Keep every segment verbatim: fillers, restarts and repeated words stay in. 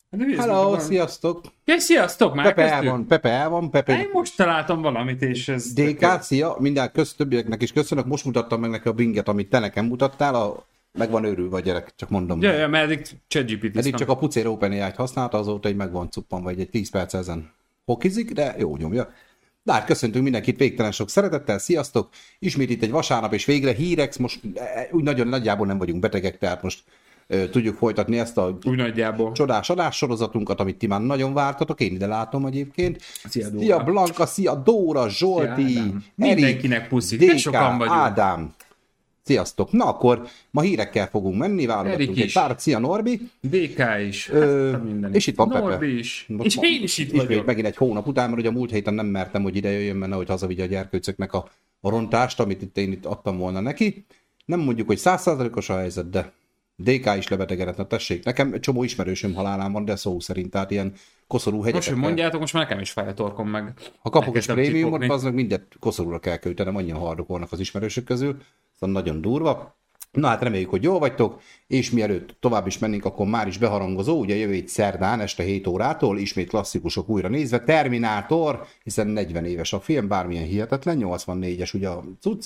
Hello, sziasztok! Ja, sziasztok, már Pepe el kezdtük? van, Pepe el van, Pepe... Én most találtam valamit, és ez... dé ká, szia! Mindjárt kösz, többieknek is köszönök. Most mutattam meg neki a binget, amit te nekem mutattál. A... Meg van őrülve a gyerek, csak mondom. Ja, ja, mert eddig ChatGPT-ztam. Eddig csak a pucér OpenAI-t használta, azóta egy meg van cuppan, vagy egy tíz perc ezen hokizik, de jó nyomja. De hát köszöntünk mindenkit végtelen sok szeretettel, sziasztok! Ismét itt egy vasárnap, és végre hírek, most úgy nagyon nagyjából nem vagyunk betegek, tehát most uh, tudjuk folytatni ezt a úgy nagyjából csodás adássorozatunkat, amit ti már nagyon vártatok, én ide látom egyébként. Szia, Dóra. Szia Blanka, szia Dóra, Zsolti, Szia, Erik, mindenkinek puszi, dé ká, sokan vagyunk. Ádám. Sziasztok! Na akkor ma hírekkel fogunk menni, válogatunk egy pár. Szia Norbi! dé ká is. Ö, Hát, és itt van Pepe. Norbi is. Most és ma, én is itt ismét vagyok. megint egy hónap után, mert ugye a múlt héten nem mertem, hogy ide jöjjön, mert nehogy hazavigye a gyerkőcöknek a, a rontást, amit itt én itt adtam volna neki. Nem mondjuk, hogy száz százalékos a helyzet, de dé ká is lebetegedett, na tessék. Nekem egy csomó ismerősöm halálán van, de szó szerint, tehát ilyen koszorú hegyeket. Most, hogy mondjátok, most már nekem is fáj a torkom meg. Ha kapok is Elkezdtem prémiumot, csipogni. az meg mindet koszorúra kell költenem, annyian haldokolnak az ismerősök közül. Szóval nagyon durva. Na hát reméljük, hogy jól vagytok, és mielőtt tovább is mennénk, akkor már is beharangozó, ugye jövő hét szerdán este hét órától, ismét klasszikusok újra nézve, Terminátor, hiszen negyven éves a film, bármilyen hihetetlen, nyolcvannégyes ugye a cucc,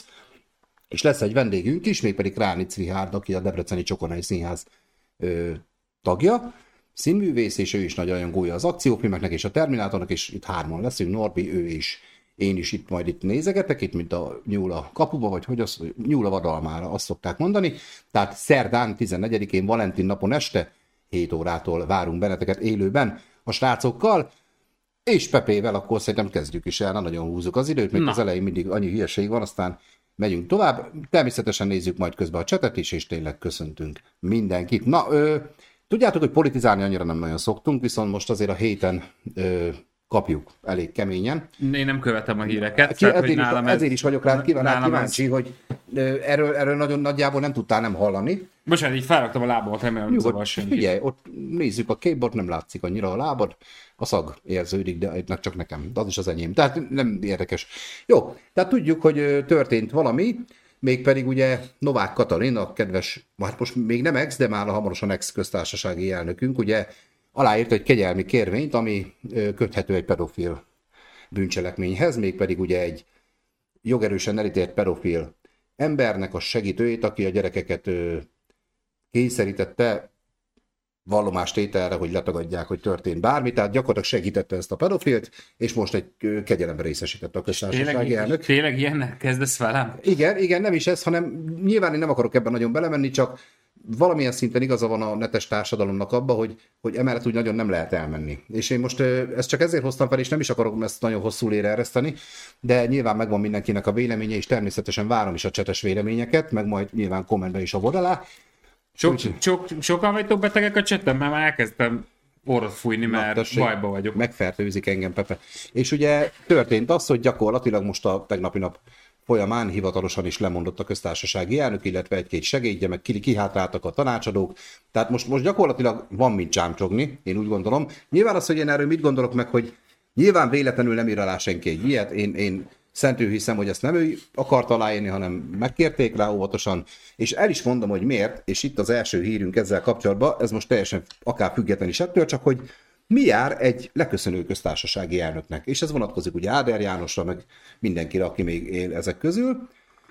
és lesz egy vendégünk is, mégpedig Kránic Richárd, aki a Debreceni Csokonai Színház ö, tagja, színművész, és ő is nagy rajongója az akciófilmeknek és a Terminátornak, és itt hárman leszünk, Norbi, ő is. Én is itt majd itt nézegetek, itt mint a nyúl a kapuba, vagy hogy az, nyúl a vadalmára, azt szokták mondani. Tehát szerdán tizennegyedikén Valentin napon este hét órától várunk benneteket élőben a srácokkal, és Pepével akkor szerintem kezdjük is el, na nagyon húzzuk az időt, még Na. az elején mindig annyi hülyeség van, aztán megyünk tovább. Természetesen nézzük majd közben a csetet is, és tényleg köszöntünk mindenkit. Na, ö, tudjátok, hogy politizálni annyira nem nagyon szoktunk, viszont most azért a héten ö, kapjuk elég keményen. Én nem követem a híreket. Ki, tehát, ezért, hogy is, nálam ezért ez- is vagyok rád kíván, nálam kíváncsi, ez- hogy ö, erről, erről nagyon nagyjából nem tudtál nem hallani. Bocsánat, így fáradtam a lábamat, remélem, hogy zavar Nyugodt, senki. figyelj, ott nézzük a képbe, ott nem látszik annyira a lábad, a szag érződik, de itt csak nekem, az is az enyém. Tehát nem érdekes. Jó, tehát tudjuk, hogy ö, történt valami, mégpedig ugye Novák Katalin, a kedves, hát most még nem ex, de már hamarosan ex köztársasági elnökünk, ugye aláírt egy kegyelmi kérvényt, ami ö, köthető egy pedofil bűncselekményhez, mégpedig ugye egy jogerősen elítélt pedofil embernek a segítőjét, aki a gyerekeket ö, kényszerítette vallomástételre, hogy letagadják, hogy történt bármi, tehát gyakorlatilag segítette ezt a pedofilt, és most egy ö, kegyelembe részesítette a köztársasági Tényleg, elnök. tényleg ilyennel kezdesz velem? Igen, igen, nem is ez, hanem nyilván én nem akarok ebben nagyon belemenni, csak valamilyen szinten igaza van a netes társadalomnak abba, hogy, hogy emellett úgy nagyon nem lehet elmenni. És én most ö, ezt csak ezért hoztam fel, és nem is akarok ezt nagyon hosszú lére ereszteni, de nyilván megvan mindenkinek a véleménye, és természetesen várom is a csetes véleményeket, meg majd nyilván kommentbe is a vod alá. Sok, Úgyhogy- sok, sokan vagytok betegek a csetten, mert már elkezdtem orrot fújni, mert tessék, bajba vagyok. Megfertőzik engem, Pepe. És ugye történt az, hogy gyakorlatilag most a tegnapi nap folyamán hivatalosan is lemondott a köztársasági elnök, illetve egy-két segédje, meg ki- kihátráltak a tanácsadók. Tehát most, most gyakorlatilag van mint csámcsogni, én úgy gondolom. Nyilván az, hogy én erről mit gondolok meg, hogy nyilván véletlenül nem ír alá senki egy ilyet, én, én szentül hiszem, hogy ezt nem ő akart aláírni, hanem megkérték rá óvatosan, és el is mondom, hogy miért, és itt az első hírünk ezzel kapcsolatban, ez most teljesen akár független is ettől, csak hogy mi jár egy leköszönő köztársasági elnöknek, és ez vonatkozik ugye Áder Jánosra, meg mindenkire, aki még él ezek közül.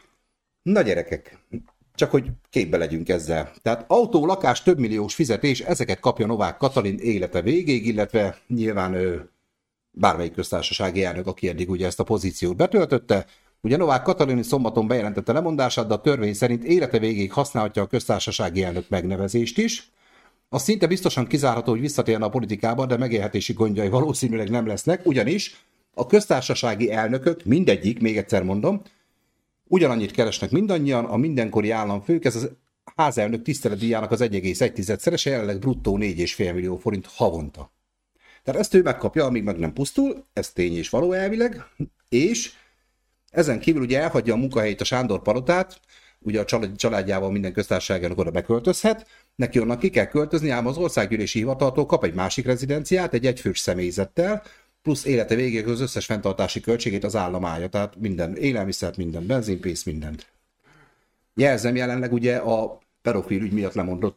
Na gyerekek, csak hogy képbe legyünk ezzel. Tehát autó, lakás, többmilliós fizetés, ezeket kapja Novák Katalin élete végéig, illetve nyilván ő bármelyik köztársasági elnök, aki eddig ugye ezt a pozíciót betöltötte. Ugye Novák Katalin szombaton bejelentette lemondását, de a törvény szerint élete végéig használhatja a köztársasági elnök megnevezést is. Az szinte biztosan kizárható, hogy visszatérne a politikába, de megélhetési gondjai valószínűleg nem lesznek, ugyanis a köztársasági elnökök, mindegyik, még egyszer mondom, ugyanannyit keresnek mindannyian, a mindenkori államfők, ez az házelnök tiszteletdíjának az egy egész egy szerese, jelenleg bruttó négy egész öt millió forint havonta. Tehát ezt ő megkapja, amíg meg nem pusztul, ez tény és való elvileg, és ezen kívül ugye elhagyja a munkahelyét, a Sándor Palotát, ugye a család- családjával minden köztársaságának oda beköltözhet, neki onnan ki kell költözni, ám az országgyűlési hivataltól kap egy másik rezidenciát, egy egyfős személyzettel, plusz élete végéig az összes fenntartási költségét az állam állja, tehát minden élelmiszert, minden benzinpénzt, mindent. Jelzem, jelenleg ugye a pedofil ügy miatt lemondott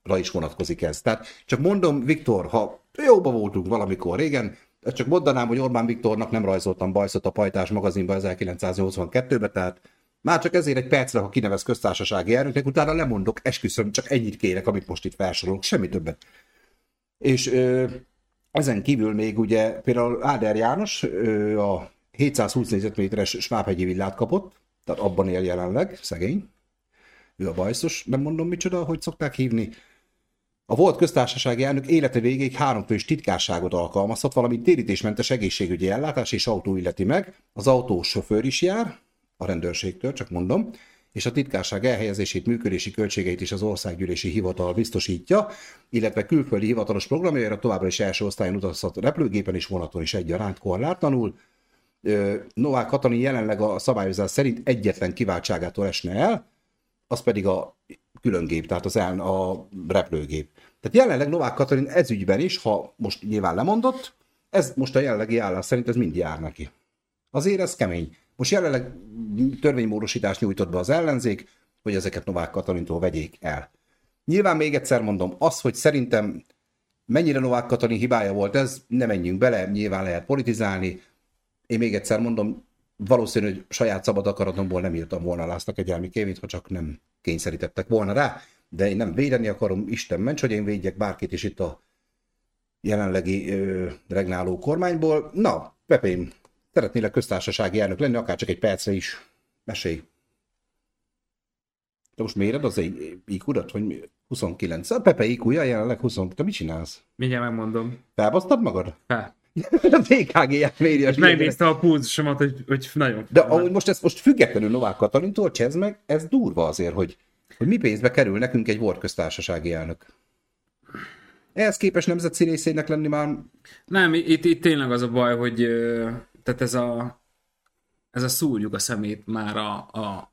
is vonatkozik ez. Tehát csak mondom, Viktor, ha jóba voltunk valamikor régen, csak mondanám, hogy Orbán Viktornak nem rajzoltam bajszot a Pajtás magazinba ezerkilencszáznyolcvankettőben, tehát már csak ezért egy percre, ha kinevez köztársasági elnöknek, utána lemondok, esküszöm, csak ennyit kérek, amit most itt felsorolok, semmi többet. És ö, ezen kívül még ugye például Áder János ö, a hétszázhúsz négyzetméteres Svábhegyi villát kapott, tehát abban él jelenleg, szegény. Ő a bajszos, nem mondom micsoda, hogy szokták hívni. A volt köztársasági elnök élete végéig háromfős titkárságot alkalmazhat, valamint térítésmentes egészségügyi ellátás és autó illeti meg. Az autós sofőr is jár, a rendőrségtől, csak mondom, és a titkárság elhelyezését, működési költségeit is az országgyűlési hivatal biztosítja, illetve külföldi hivatalos programjaira továbbra is első osztályon utazhat repülőgépen és vonaton is egyaránt korlátlanul. Novák Katalin jelenleg a szabályozás szerint egyetlen kiváltságától esne el, az pedig a különgép, tehát az el, a repülőgép. Tehát jelenleg Novák Katalin ez ügyben is, ha most nyilván lemondott, ez most a jelenlegi állás szerint ez mind jár neki. Azért ez kemény. Most jelenleg törvénymódosítást nyújtott be az ellenzék, hogy ezeket Novák Katalintól vegyék el. Nyilván még egyszer mondom, az, hogy szerintem mennyire Novák Katalin hibája volt ez, ne menjünk bele, nyilván lehet politizálni. Én még egyszer mondom, valószínű, hogy saját szabad akaratomból nem írtam volna László kegyelmi kérvényt, ha csak nem kényszerítettek volna rá, de én nem védeni akarom, Isten ments, hogy én védjek bárkit is itt a jelenlegi ö, regnáló kormányból. Na, Pepém, szeretnélek köztársasági elnök lenni, akár csak egy percre is. Mesélj. De most méred az í kú-dat, hogy huszonkilenc? A Pepe í kú-ja jelenleg húsz. Te mit csinálsz? Mindjárt megmondom. Felbasztad magad? Fel. A té ká gé-ját méri. És megnézte a pulzusomat, hogy, hogy nagyon... De ahogy most ezt most függetlenül Novák Katalintól, csezd meg, ez durva azért, hogy, hogy mi pénzbe kerül nekünk egy volt köztársasági elnök. Ehhez képest nemzetszínészének lenni már... Nem, itt, itt tényleg az a baj, hogy tehát ez a, ez a szúrjuk a szemét már a, a,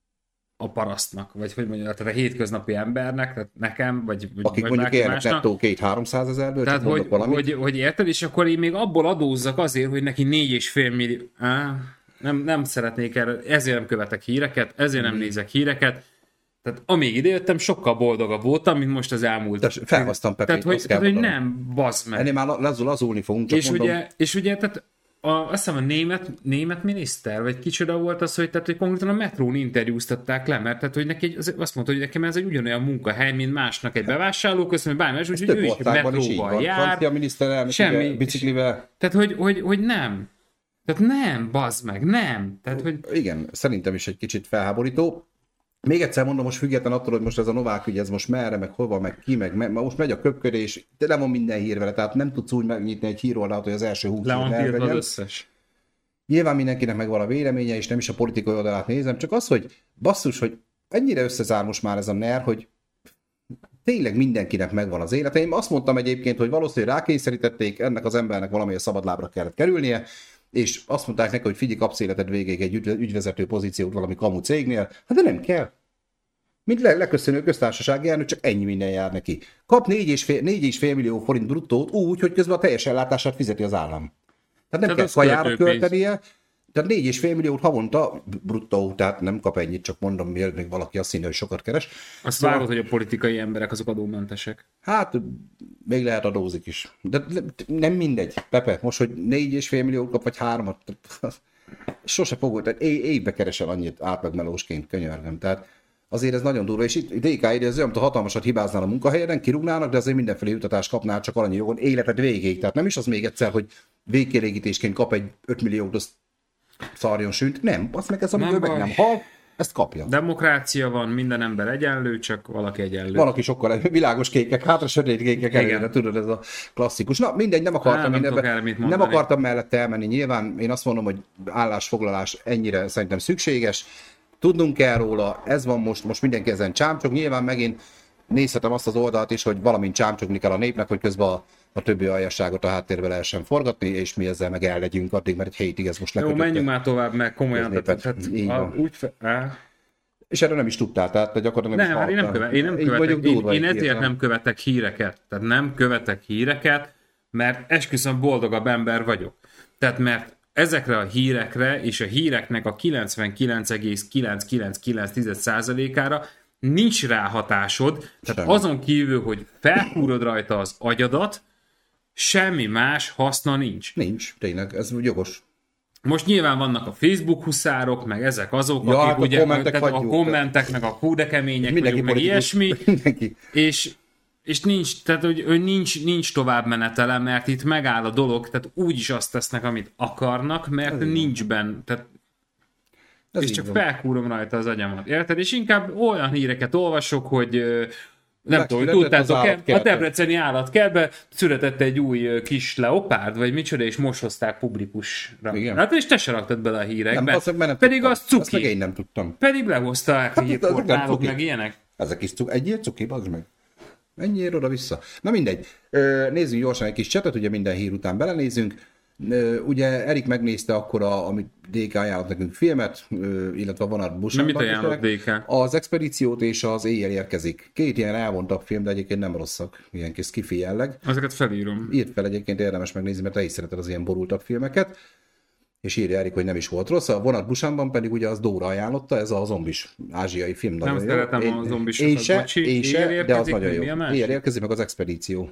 a parasztnak, vagy hogy mondjam, tehát a hétköznapi embernek, tehát nekem, vagy, akik vagy mondjuk élnek nettó két-háromszázezerből, tehát hogy, hogy, hogy érted, és akkor én még abból adózzak azért, hogy neki négy és fél millió... Á, nem, nem szeretnék erre, ezért nem követek híreket, ezért nem nézek híreket. Tehát amíg idejöttem, sokkal boldogabb voltam, mint most az elmúlt. Tehát felhoztam Pepét, tehát, hogy, tehát, hogy nem, bazd meg. Ennél már lazul, lazulni fogunk, csak és mondom. Ugye, és ugye, tehát a, azt hiszem a német, német miniszter, vagy kicsoda volt az, hogy, tehát, hogy konkrétan a metrón interjúztatták le, mert tehát, hogy neki az, azt mondta, hogy nekem ez egy ugyanolyan munkahely, mint másnak egy bevásárlóköszönő, bármi, úgyhogy ő is metróval jár. Francia miniszterelnök semmi, biciklivel. Tehát, hogy, hogy, hogy nem. Tehát nem, bazd meg, nem. Tehát, hogy... Igen, szerintem is egy kicsit felháborító. Még egyszer mondom, most független attól, hogy most ez a Novák ügy, ez most merre, meg hova, meg ki, meg, meg most megy a köpködés, de nem van minden hír vele, tehát nem tudsz úgy megnyitni egy híroldalt, hogy az első húsz le van tiltva az összes. Nyilván mindenkinek megvan a véleménye, és nem is a politikai oldalát nézem, csak az, hogy basszus, hogy ennyire összezár most már ez a ner, hogy tényleg mindenkinek megvan az élete. Én azt mondtam egyébként, hogy valószínűleg rákényszerítették, ennek az embernek valamilyen szabadlábra kellett kerülnie, és azt mondták neki, hogy figyelj, kapsz életed végéig egy ügyvezető pozíciót valami kamu cégnél. Hát de nem kell. Mint le, leköszönő köztársasági elnök, csak ennyi minden jár neki. Kap négy és fél millió forint bruttót úgy, hogy közben a teljes ellátását fizeti az állam. Tehát nem tehát kell kajára költenie, tehát négy és fél milliót havonta bruttó, tehát nem kap ennyit, csak mondom, miért még valaki azt hinni, hogy sokat keres. Azt szóval... várod, hogy a politikai emberek azok adómentesek. Hát, még lehet adózik is. De nem mindegy, Pepe, most, hogy négy és fél milliót kap, vagy háromat, sose fogod, tehát évbe keresel annyit átmegmelósként, könyörgöm. Tehát azért ez nagyon durva, és itt dé ká írja, ez olyan, mint a hatalmasat hibáznál a munkahelyen, kirúgnának, de azért mindenféle jutatást kapnál csak alanyi jogon életed végéig. Tehát nem is az még egyszer, hogy végkielégítésként kap egy öt milliót, azt szarjon sűnt. Nem, azt meg ez, amikor meg nem hal, ezt kapja. Demokrácia van, minden ember egyenlő, csak valaki egyenlő. Valaki sokkal világos kékek, hátra sötét kékek előre, tudod, ez a klasszikus. Na mindegy, nem akartam, nem, nem, ebbe, nem akartam mellette elmenni. Nyilván én azt mondom, hogy állásfoglalás ennyire szerintem szükséges. Tudnunk kell róla, ez van most, most mindenki ezen csámcsog. Nyilván megint nézhetem azt az oldalt is, hogy valamint csámcsogni kell a népnek, hogy közben a, a többi aljasságot a háttérbe lehessen forgatni, és mi ezzel meg el legyünk addig, mert egy hétig ez most lekötötte. Jó, menjünk már tovább, meg komolyan. Tehát, a, úgy fe, á. És erről nem is tudtál, tehát gyakorlatilag nem, nem is én nem, követ, én nem követek, én, én ezért nem követek híreket. Tehát nem követek híreket, mert esküszöm boldogabb ember vagyok. Tehát mert ezekre a hírekre és a híreknek a kilencvenkilenc egész kilencszázkilencvenkilenc százalékára nincs rá hatásod, tehát Semmi. azon kívül, hogy felkúrod rajta az agyadat, semmi más haszna nincs. Nincs, tényleg, ez jogos. Most nyilván vannak a Facebook huszárok, meg ezek azok, Ja, akik hát a ugye, kommentek tehát a hagyjuk. kommentek, meg a kúdekemények, Mindenki vagyunk, meg politikus, ilyesmi, mindenki. és, és nincs, tehát hogy, hogy nincs, nincs tovább menetele, mert itt megáll a dolog, tehát úgyis azt tesznek, amit akarnak, mert Ez nincs benne, tehát Ez és így csak van. felkúrom rajta az agyamat, érted? És inkább olyan híreket olvasok, hogy ö, nem tudom, hogy Megszületett az tudtátok-e, a állatkertben. debreceni állatkertben született egy új ö, kis leopárd, vagy micsoda, és most hozták publikusra. Igen. Hát és te se raktad bele a hírekbe. Nem, azt meg nem Pedig tudtam. az Azt meg cuki. én nem tudtam. Pedig lehozták a Hát, ezek nem hírportálok, cuki. meg ilyenek. Ezek is cuki. Egy ilyen cuki, bazd meg. Ennyiért oda-vissza. Na mindegy. Ö, Nézzünk gyorsan egy kis csetet, ugye minden hír után belenézünk. Ö, Ugye Erik megnézte akkor, a, amit dé ká ajánlott nekünk filmet, ö, illetve a vonat buszban. Na, mit ajánlott dé ká? Az Expedíciót és az Éjjel érkezik. Két ilyen elvontabb film, de egyébként nem rosszak. Ilyen kis skifi jelleg. Ezeket felírom. Írt fel, egyébként érdemes megnézni, mert te is szereted az ilyen borultabb filmeket. És írja Erik, hogy nem is volt rossz. A vonat Busanban pedig ugye az Dóra ajánlotta, ez a zombis ázsiai film. Nem nagyon szeretem jó. a zombisokat, Én se, bocsi. én se, Éjjel de az érkezik, nagyon mi jó. a másik? Éjjel érkezik, meg az Expedíció.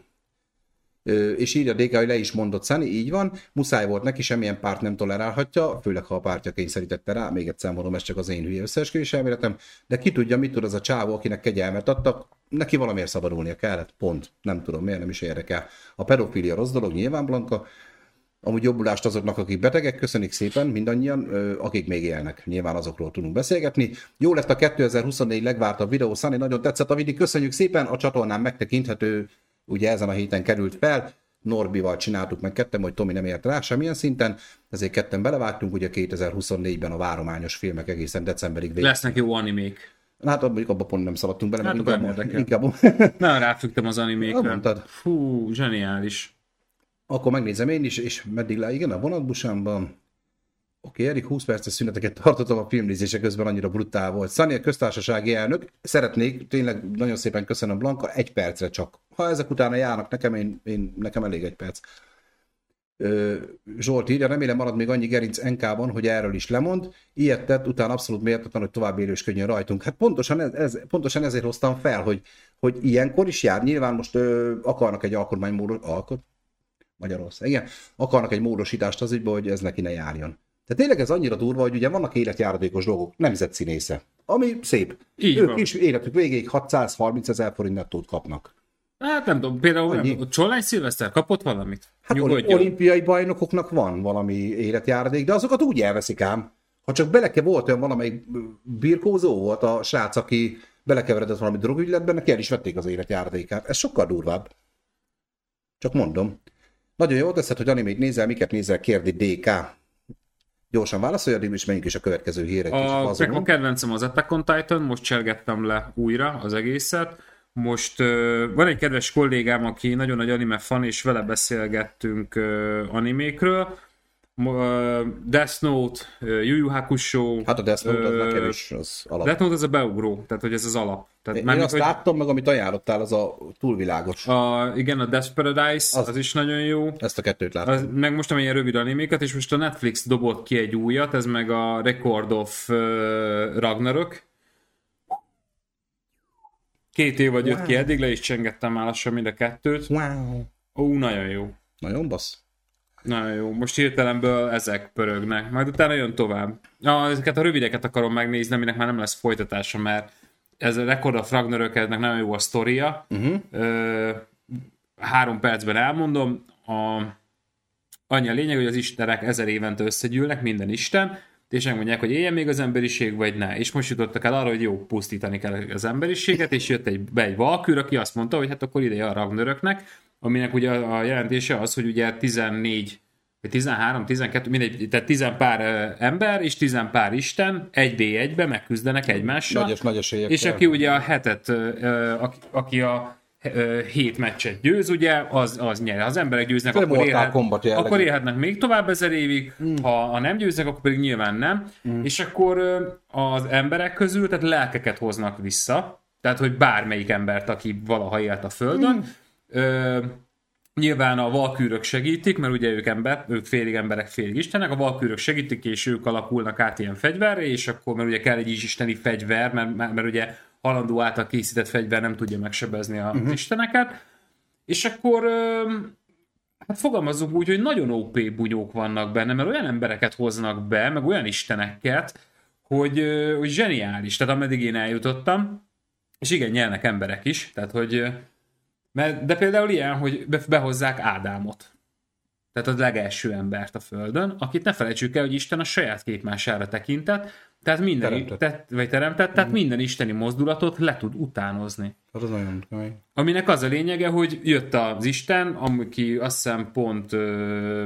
Ö, és írja dé ká, hogy le is mondott Sunny, így van, muszáj volt neki, semmilyen párt nem tolerálhatja, főleg ha a pártja kényszerítette rá, még egyszer mondom, ez csak az én hülye összeesküvés elméletem, de ki tudja, mit tud az a csávó, akinek kegyelmet adtak, neki valamiért szabadulnia kellett, pont, nem tudom, miért nem is érdekel. A pedofilia rossz dolog, nyilván Blanka, amúgy jobbulást azoknak, akik betegek, köszönjük szépen mindannyian, ö, akik még élnek. Nyilván azokról tudunk beszélgetni. Jó lett a kétezer-huszonnégy legvártabb videó, Sunny, nagyon tetszett a videó, köszönjük szépen, a csatornán megtekinthető, ugye ezen a héten került fel, Norbival csináltuk meg ketten, hogy Tomi nem ért rá semmilyen szinten, ezért ketten belevágtunk, ugye kétezer-huszonnégyben a várományos filmek egészen decemberig végig. Lesznek jó animék. Hát mondjuk abban pont nem szaladtunk bele, mert Hát akkor inkább, nem inkább Nem ráfügtem az animékre. mondtad. Fú, zseniális. Akkor megnézem én is, és meddig le, igen, a vonatbusámban. Oké, Erik, húsz perces szüneteket tartottam a filmnézése közben, annyira brutál volt. Sunny, a köztársasági elnök, szeretnék, tényleg nagyon szépen köszönöm Blanka, egy percre csak. Ha ezek utána járnak nekem, én, én nekem elég egy perc. Ö, Zsolt írja, remélem marad még annyi gerinc en ká-ban, hogy erről is lemond. Ilyet tett, utána abszolút méltatlan, hogy tovább élősködjön rajtunk. Hát pontosan, ez, ez, pontosan ezért hoztam fel, hogy, hogy ilyenkor is jár. Nyilván most ö, akarnak egy alkotmánymódos... Alkot? Magyarország, igen. Akarnak egy módosítást az ügyben, hogy ez neki ne járjon. Tehát tényleg ez annyira durva, hogy ugye vannak életjáradékos dolgok, nemzetszínésze, ami szép. Így ők van. is életük végéig hatszázharminc ezer forint nettót kapnak. Hát nem tudom, például Annyi. a Csollány Szilveszter kapott valamit? Hát Nyugodjon. olimpiai bajnokoknak van valami életjáradék, de azokat úgy elveszik ám. Ha csak beleke volt olyan valamelyik birkózó volt a srác, aki belekeveredett valami drogügyletben, neki el is vették az életjáradékát. Ez sokkal durvább. Csak mondom. Nagyon jó teszed, hogy animét nézel, miket nézel, kérdi dé ká. Gyorsan válaszolj, addig is menjünk is a következő hírre. A, nekem a kedvencem az Attack on Titan, most cselgettem le újra az egészet. Most uh, van egy kedves kollégám, aki nagyon nagy anime fan, és vele beszélgettünk uh, animékről. Uh, Death Note, uh, Yu Yu Hakusho. Hát a Death Note az uh, nekem is az alap. Death Note az a beugró, tehát hogy ez az alap. Tehát Én mármint, azt hogy láttam meg, amit ajánlottál, az a túlvilágos. a, igen, a Death Paradise, az, Az- az is nagyon jó. Ezt a kettőt láttam. Az, meg most amilyen rövid animéket, és most a Netflix dobott ki egy újat, ez meg a Record of uh, Ragnarök. Két év vagy jött Wow. ki eddig, le is csengettem már lassan mind a kettőt. Wow. Ó, nagyon jó. Nagyon bassz. Nagyon jó. Most hirtelenből ezek pörögnek. Majd utána jön tovább. Ja, ezeket a rövideket akarom megnézni, aminek már nem lesz folytatása, mert ez a Record of Ragnarök, ennek nagyon jó a sztoria. Uh-huh. Ö, három percben elmondom. A, annyi a lényeg, hogy az istenek ezer évente összegyűlnek, minden isten, és megmondják, hogy éljen még az emberiség, vagy ne. És most jutottak el arra, hogy jó, pusztítani kell az emberiséget, és jött egy, be egy valkűr, aki azt mondta, hogy hát akkor ideje a Ragnaröknek, aminek ugye a jelentése az, hogy ugye tizennégy, vagy tizenhárom, tizenkettő, mindegy, tehát tizen pár ember és tizen pár isten egy vé egybe megküzdenek egymással. Nagy, nagy esélyekkel. És aki ugye a hetet, aki, aki a hét meccset győz, ugye, az, az nyer. Ha az emberek győznek, Főleg akkor, Mortal élhet, Kombat jellegű. akkor élhetnek még tovább ezer évig, mm. ha, ha nem győznek, akkor pedig nyilván nem. Mm. És akkor az emberek közül, tehát lelkeket hoznak vissza, tehát hogy bármelyik embert, aki valaha élt a Földön, mm. ö, nyilván a valkűrök segítik, mert ugye ők ember, ők félig emberek, félig istenek, a valkűrök segítik, és ők alakulnak át ilyen fegyverre, és akkor, mert ugye kell egy isteni fegyver, mert, mert, mert ugye halandó által készített fegyver nem tudja megsebezni az uh-huh. isteneket. És akkor hát fogalmazunk úgy, hogy nagyon ó pé bunyók vannak benne, mert olyan embereket hoznak be, meg olyan isteneket, hogy, hogy zseniális. Tehát ameddig én eljutottam, és igen, nyernek emberek is, tehát hogy de például ilyen, hogy behozzák Ádámot. Tehát a legelső embert a Földön, akit ne felejtsük el, hogy Isten a saját képmására tekintett, tehát minden, teremtett. Tehát, vagy teremtett, tehát minden isteni mozdulatot le tud utánozni. Az nagyon kemény. Aminek az a lényege, hogy jött az Isten, aki azt hiszem pont uh,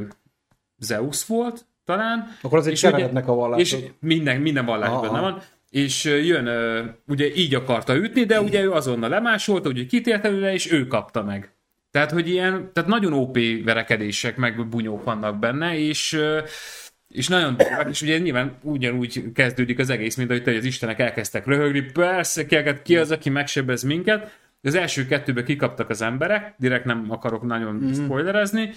Zeus volt, talán. Akkor azért keverednek a vallások. És minden, minden vallás benne van. És jön, ugye így akarta ütni, de ugye ő azonnal lemásolta, ugye kitért előle, és ő kapta meg. Tehát, hogy ilyen, tehát nagyon ó pé verekedések, meg bunyók vannak benne, és, és nagyon durvák, és ugye nyilván ugyanúgy kezdődik az egész, mint ahogy te, hogy az istenek elkezdtek röhögni, persze, ki az, aki megsebez minket. Az első kettőbe kikaptak az emberek, direkt nem akarok nagyon mm. spoilerezni,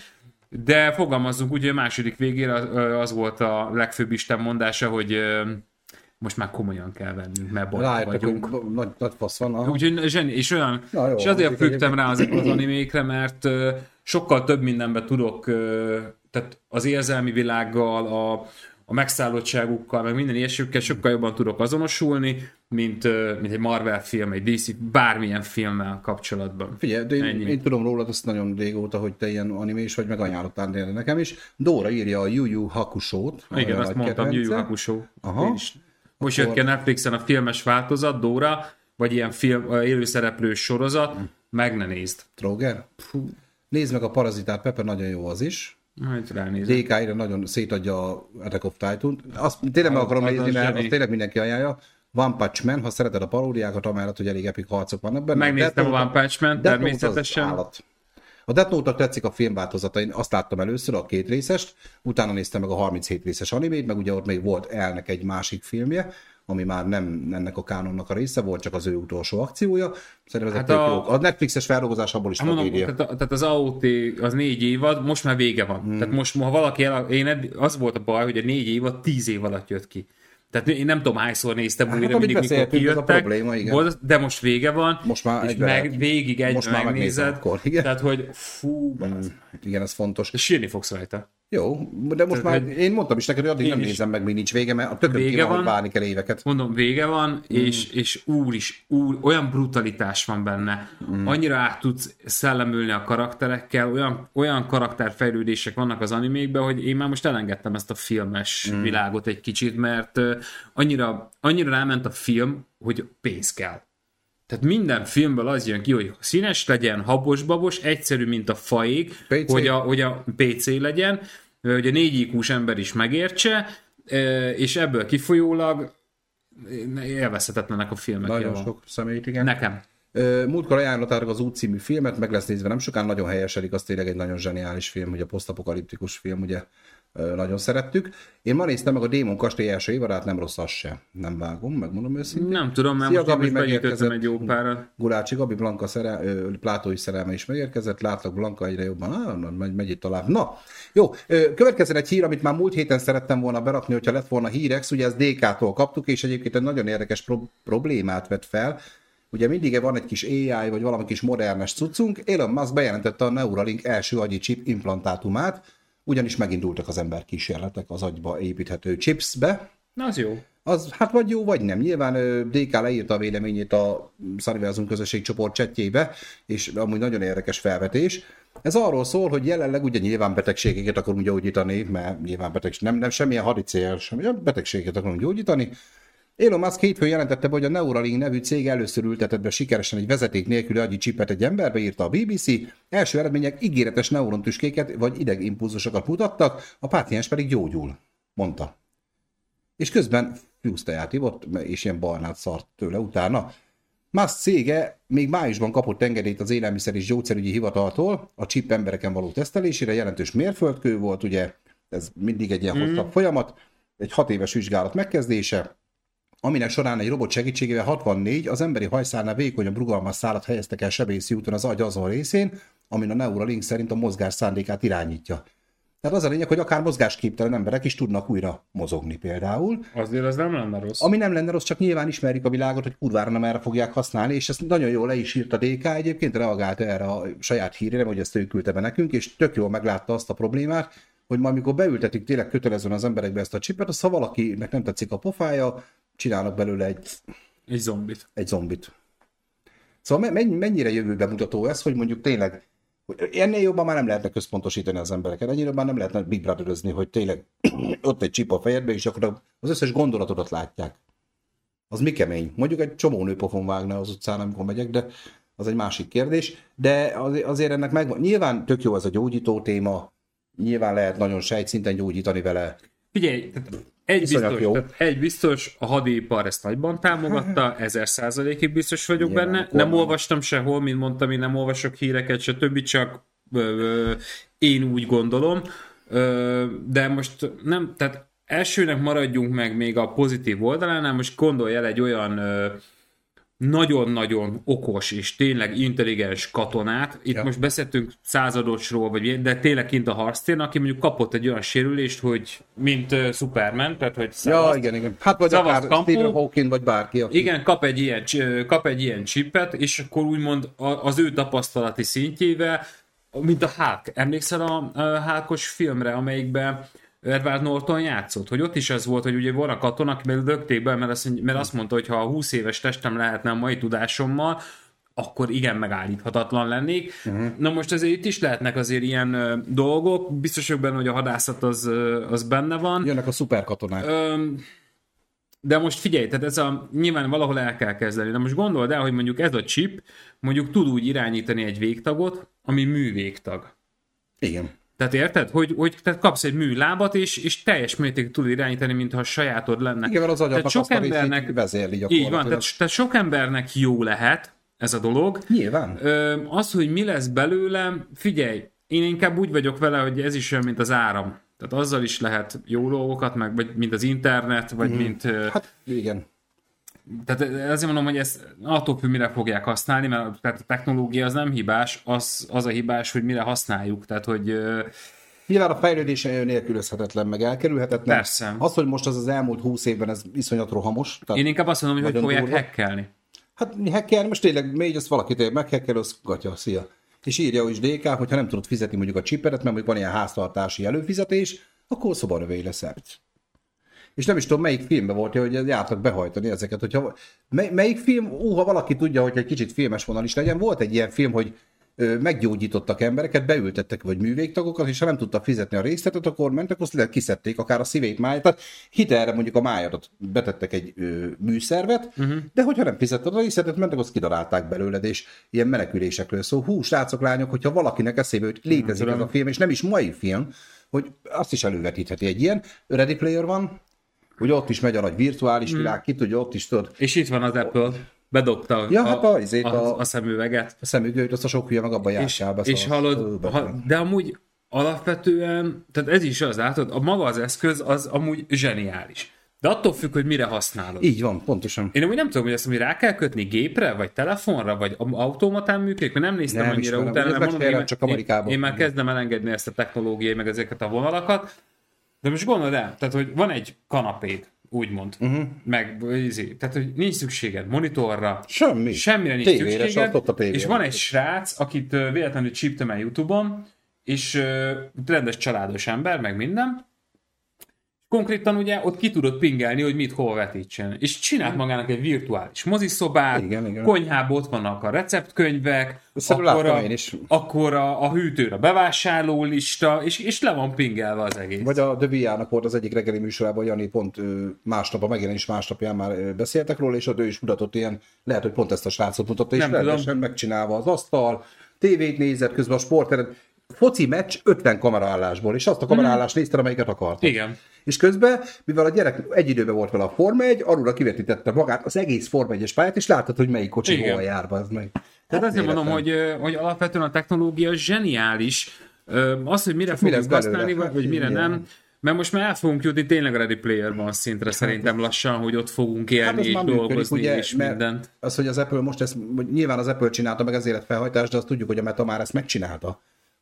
de fogalmazzunk úgy, hogy a második végére az volt a legfőbb isten mondása, hogy most már komolyan kell vennünk, mert bajban vagyunk. Hogy nagy, nagy fasz van. Úgyhogy zseni, és olyan, jó, és azért függtem rá az, az animékre, mert uh, sokkal több mindenben tudok, uh, tehát az érzelmi világgal, a, a megszállottságukkal, meg minden ilyesükkel sokkal jobban tudok azonosulni, mint, uh, mint egy Marvel film, egy dé cé, bármilyen filmmel kapcsolatban. Figyelj, de én, én tudom rólad azt nagyon régóta, hogy te ilyen animés vagy, meg ajánlottál nekem is. Dóra írja a Yu Yu Hakusho-t. Igen, azt mondtam, Yu Yu Hakusho. Aha. Most jött ki a Netflixen a filmes változat, Dóra, vagy ilyen film, élőszereplős sorozat, hm. meg ne nézd. Tróger? Puh. Nézd meg a Parazitát, Pepe, nagyon jó az is. Majd ránézem. dé ká-ra nagyon szétadja a Attack of Titan-t. Azt tényleg meg akarom nézni, mert azt tényleg mindenki ajánlja. One Punch Man, ha szereted a paródiákat, amellett, hogy elég epik harcok vannak benne. Megnéztem a One Punch Man, természetesen. A Death Note-nak tetszik a filmváltozata, én azt láttam először, a két részest, utána néztem meg a harminchét részes animét, meg ugye ott még volt Elnek egy másik filmje, ami már nem ennek a kánonnak a része volt, csak az ő utolsó akciója. Szerintem ezek hát a... jók. A Netflixes feldolgozás abból is tragédia. Tehát, tehát az á o té az négy évad, most már vége van. Hmm. Tehát most, ha valaki el, én edd, az volt a baj, hogy a négy évad tíz év alatt jött ki. Tehát én nem tudom hányszor néztem újra, hát, mindig, mikor kijöttek, probléma, de most vége van, most már és meg, végig egy most már megnézed. Akkor, igen. Tehát, hogy fú, mm, igen, ez fontos. És sírni fogsz rajta. Jó, de most Tehát, már én mondtam is neked, hogy addig nem nézem meg, még nincs vége, mert a tököm ki van, várni kell éveket. Mondom, vége van, mm. és, és úr is, úr, olyan brutalitás van benne. Mm. Annyira át tudsz szellemülni a karakterekkel, olyan, olyan karakterfejlődések vannak az animékben, hogy én már most elengedtem ezt a filmes mm. világot egy kicsit, mert uh, annyira, annyira ráment a film, hogy pénz kell. Tehát minden filmből az jön ki, hogy színes legyen, habos-babos, egyszerű, mint a faég, hogy a, hogy a pé cé legyen, hogy a négy í kús ember is megértse, és ebből kifolyólag élvezhetetlenek a filmek. Nagyon jól. Sok személyt, igen. Nekem. Múltkor ajánlottátok az Út című filmet, meg lesz nézve nem sokan, nagyon helyesedik, az tényleg egy nagyon zseniális film, ugye a posztapokaliptikus film, ugye nagyon szerettük. Én ma néztem meg a Démon kastély első évadát, nem rossz az se. Nem vágom, megmondom őszintén. Nem tudom, mert Szia, most Gabi, megérkezett egy jó párat. Gulácsi Gabi, Blanka szerel, plátói szerelme is megérkezett, látlak Blanka egyre jobban, ah, megy, megy itt tovább. Na, jó, következzen egy hír, amit már múlt héten szerettem volna berakni, hogyha lett volna hírex, ugye ezt dé ká-tól kaptuk, és egyébként egy nagyon érdekes pro- problémát vett fel. Ugye mindig van egy kis á i, vagy valami kis modernes cuccunk. Elon Musk bejelentette a Neuralink első agyi chip implantátumát, ugyanis megindultak az emberkísérletek az agyba építhető chipsbe. Na, az jó. Az, hát vagy jó, vagy nem. Nyilván dé ká leírta a véleményét a Szaniverzum közösségcsoport chatjébe, és amúgy nagyon érdekes felvetés. Ez arról szól, hogy jelenleg ugye nyilván betegségeket akarunk gyógyítani, mert nyilván betegség, nem, nem semmilyen hadicél, semmilyen betegséget akarunk gyógyítani. Elon Musk hétfőn jelentette, hogy a Neuralink nevű cég először ültetett be sikeresen egy vezeték nélküli agyi csipet egy emberbe, írta a bé bé cé. Első eredmények ígéretes neurontüskéket vagy idegimpulzusokat mutattak, a páciens pedig gyógyul, mondta. És közben fűzteját ivott, és ilyen barnát szart tőle utána. Musk cége még májusban kapott engedélyt az Élelmiszer és Gyógyszerügyi Hivataltól a chip embereken való tesztelésére, jelentős mérföldkő volt, ugye ez mindig egy ilyen mm. hosszabb folyamat, egy hat éves vizsgálat megkezdése, aminek során egy robot segítségével hatvannégy az emberi hajszálnál vékonyabb rugalmas szálat helyeztek el sebészi úton az agy azon részén, amin a Neuralink szerint a mozgás szándékát irányítja. Tehát az a lényeg, hogy akár mozgásképtelen emberek is tudnak újra mozogni például. Azért az nem lenne rossz. Ami nem lenne rossz, csak nyilván ismerik a világot, hogy kurvára nem erre fogják használni, és ezt nagyon jól le is írt a dé ká egyébként, reagált erre a saját hírére, hogy ezt ő küldte be nekünk, és tök jól meglátta azt a problémát, hogy majd amikor beültetik tényleg kötelezően az emberekbe ezt a csipet, az ha valakinek nem tetszik a pofája, csinálnak belőle egy... Egy zombit. Egy zombit. Szóval mennyire jövőbe mutató ez, hogy mondjuk tényleg ennél jobban már nem lehetne központosítani az embereket, ennyire már nem lehetne Big Brother-özni, hogy tényleg ott egy csip a fejedbe, és akkor az összes gondolatodat látják. Az mi kemény. Mondjuk egy csomó nő pofon vágna az utcán, amikor megyek, de az egy másik kérdés. De azért ennek megvan. Nyilván tök jó ez a gyógyító téma, nyilván lehet nagyon sejtszinten gyógyítani vele. Figyelj, egy biztos, tehát egy biztos, a hadipar ezt nagyban támogatta, ezer százalékig biztos vagyok nyilván, benne. Nem kormány. Olvastam sehol, mint mondtam, én nem olvasok híreket, se többi, csak ö, ö, én úgy gondolom. Ö, de most nem, tehát elsőnek maradjunk meg még a pozitív oldalánál, most gondolj el egy olyan ö, nagyon-nagyon okos és tényleg intelligens katonát. Itt ja. most beszéltünk századosról, vagy, de tényleg kint a harctéren, aki mondjuk kapott egy olyan sérülést, hogy mint uh, Superman, tehát hogy szavaz, ja, igen, igen. Hát vagy akár kampó, Stephen Hawking, vagy bárki. Aki... Igen, kap egy ilyen, kap egy ilyen chipet, és akkor úgymond az ő tapasztalati szintjével, mint a Hulk. Emlékszel a, a Hulkos filmre, amelyikben Edward Norton játszott, hogy ott is ez volt, hogy ugye van a katona, akiben lökték be, mert azt, mert azt mondta, hogy ha a húsz éves testem lehetne a mai tudásommal, akkor igen, megállíthatatlan lennék. Uh-huh. Na most azért itt is lehetnek azért ilyen ö, dolgok, biztos vagyok benne, hogy a hadászat az, ö, az benne van. Jönnek a szuperkatonák. Ö, de most figyelj, tehát ez a, nyilván valahol el kell kezdeni, de most gondold el, hogy mondjuk ez a chip mondjuk tud úgy irányítani egy végtagot, ami művégtag. Igen. Tehát érted? Hogy, hogy tehát kapsz egy műlábat, és, és teljes mértékig tud irányítani, mintha a sajátod lenne. Igen, mert az agyadnak azt a részét vezérli gyakorlatilag. Így van, tehát, tehát sok embernek jó lehet ez a dolog. Nyilván. Ö, az, hogy mi lesz belőle, figyelj, én inkább úgy vagyok vele, hogy ez is olyan, mint az áram. Tehát azzal is lehet jó dolgokat, meg vagy mint az internet, vagy mm. mint... Hát igen. Tehát azért mondom, hogy ezt attól függ, mire fogják használni, mert tehát a technológia az nem hibás, az, az a hibás, hogy mire használjuk. Tehát, hogy... Nyilván a fejlődés nélkülözhetetlen, meg elkerülhetetlen. Persze. Az, hogy most az az elmúlt húsz évben ez iszonyat rohamos. Én inkább azt mondom, hogy hogy fogják hackelni. Hát hackelni, most tényleg még azt valaki tényleg meghackel, az gatya, szia. És írja is dé ká, hogyha nem tudod fizetni mondjuk a chiperet, mert mondjuk van ilyen háztartási előfizetés, akkor szobanövény leszel. És nem is tudom, melyik filmben volt, hogy jártak behajtani ezeket. Hogyha, mely, melyik film, ú, ha valaki tudja, hogy egy kicsit filmes vonal is legyen, volt egy ilyen film, hogy ö, meggyógyítottak embereket, beültettek vagy művégtagokat, és ha nem tudtak fizetni a részletet, akkor mentek, azt kiszedték akár a szívét, máját. Tehát hitelre mondjuk a májadat betettek egy ö, műszervet, uh-huh. de hogyha nem fizetted a részletet, mentek, azt kidarálták belőled, és ilyen menekülésekről szó. Hú, srácok, lányok, hogyha valakinek eszébe, hogy létezik ez a film, és nem is mai film, hogy azt is elővetítheti egy ilyen. Ready Player van, hogy ott is megy a nagy virtuális világ, hmm. ki tudja, ott is tudod. És itt van az Apple, bedobta ja, a, hát a, a, a, a szemüveget. A szemüvegét, azt a sok hülye meg abban jársába. És, és hallod, ha, de amúgy alapvetően, tehát ez is az, látod, a maga az eszköz az amúgy zseniális. De attól függ, hogy mire használod. Így van, pontosan. Én amúgy nem tudom, hogy ezt amúgy rá kell kötni gépre, vagy telefonra, vagy automatán működik, mert nem néztem nem annyira ismerem. utána, mert mondom, én, csak Amerikában. Én, én már kezdem elengedni ezt a technológiai, meg ezeket a vonalakat. De most gondold el, tehát, hogy van egy kanapéd, úgymond, uh-huh. meg, tehát, hogy nincs szükséged monitorra, semmi, semmire nincs tévére, szükséged, és van egy srác, akit uh, véletlenül csíptem el YouTube-on, és uh, rendes családos ember, meg minden, konkrétan ugye ott ki tudod pingelni, hogy mit hol vetítsen. És csinált magának egy virtuális moziszobát, igen, igen. Konyhában ott vannak a receptkönyvek, akkor, a, akkor a, a hűtőre bevásárló lista, és, és le van pingelve az egész. Vagy a The vé er-nak volt az egyik reggeli műsorában, Jani pont másnap, a megjelenés másnapján már beszéltek róla, és ott ő is mutatott ilyen, lehet, hogy pont ezt a srácot mutatta, és rendesen megcsinálva az asztal, tévét nézett, közben a sporteret, foci meccs ötven kameraállásból, és azt a kameraállást mm. nézted, amelyiket akartad. Igen. És közben, mivel a gyerek egy időben volt vele a Forma egy, arra kivetítette magát az egész Forma egyes pályát, és láttad, hogy melyik kocsi hol jár, az meg. Tehát azért mondom, hogy, hogy alapvetően a technológia zseniális. Az, hogy mire fogjuk használni, vagy, vagy mire nem. Mert most már el fogunk jutni tényleg a Ready Player One szintre, szerintem lassan, hogy ott fogunk élni, hát és dolgozni, működik, ugye, és mindent. Az, hogy az Apple most ezt, nyilván az Apple csinálta meg az életfelhajtást, de azt tudjuk, hogy a Meta már ezt megcsinálta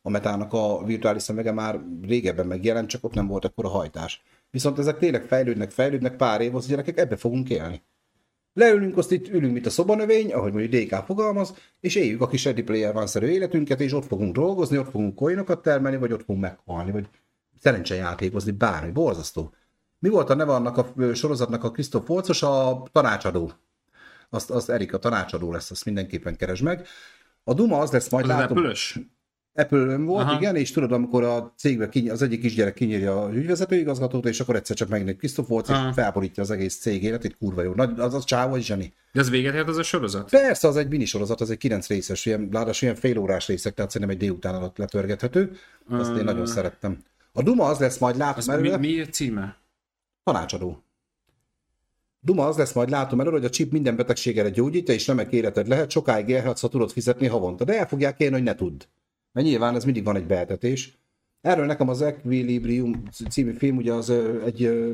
a Metának a virtuális szemege már régebben megjelent, csak ott nem volt ekkora hajtás. Viszont ezek tényleg fejlődnek, fejlődnek pár év, az gyerekek, ebbe fogunk élni. Leülünk, azt itt ülünk, mint a szobanövény, ahogy mondjuk dé ká fogalmaz, és éljük a kis Ready Player One-szerű életünket, és ott fogunk dolgozni, ott fogunk coinokat termelni, vagy ott fogunk meghalni, vagy szerencsejátékozni, bármi, borzasztó. Mi volt a neve annak a sorozatnak, a Christoph Waltz-os, a tanácsadó. Azt, azt Erika tanácsadó lesz, azt mindenképpen keresd meg. A Duma az lesz, majd Az látom... Apple-ös? Apple volt, Aha. igen, és tudod, amikor a cégbe kiny- az egyik kisgyerek kinyírja a ügyvezetőigazgatót, és akkor egyszer csak megnéz Christoph Waltz, és felborítja az egész cég életét, kurva jó. Nagy, az az csávó, egy zseni. De az véget ért az a sorozat? Persze, az egy minisorozat, az egy kilenc részes, ilyen, ráadásul ilyen félórás részek, tehát szerintem egy délután alatt letörgethető. Azt én nagyon szerettem. A Duma az lesz, majd látom előre... Mi, mi a címe? Tanácsadó. Duma az lesz, majd látom előre, hogy a chip minden betegségre gyógyítja, és remek életed lehet, sokáig élhetsz, ha tudod fizetni havonta. De el fogják kérni, hogy ne tudd. Mert nyilván ez mindig van egy beeltetés. Erről nekem az Equilibrium című film, ugye az ö, egy... Ö,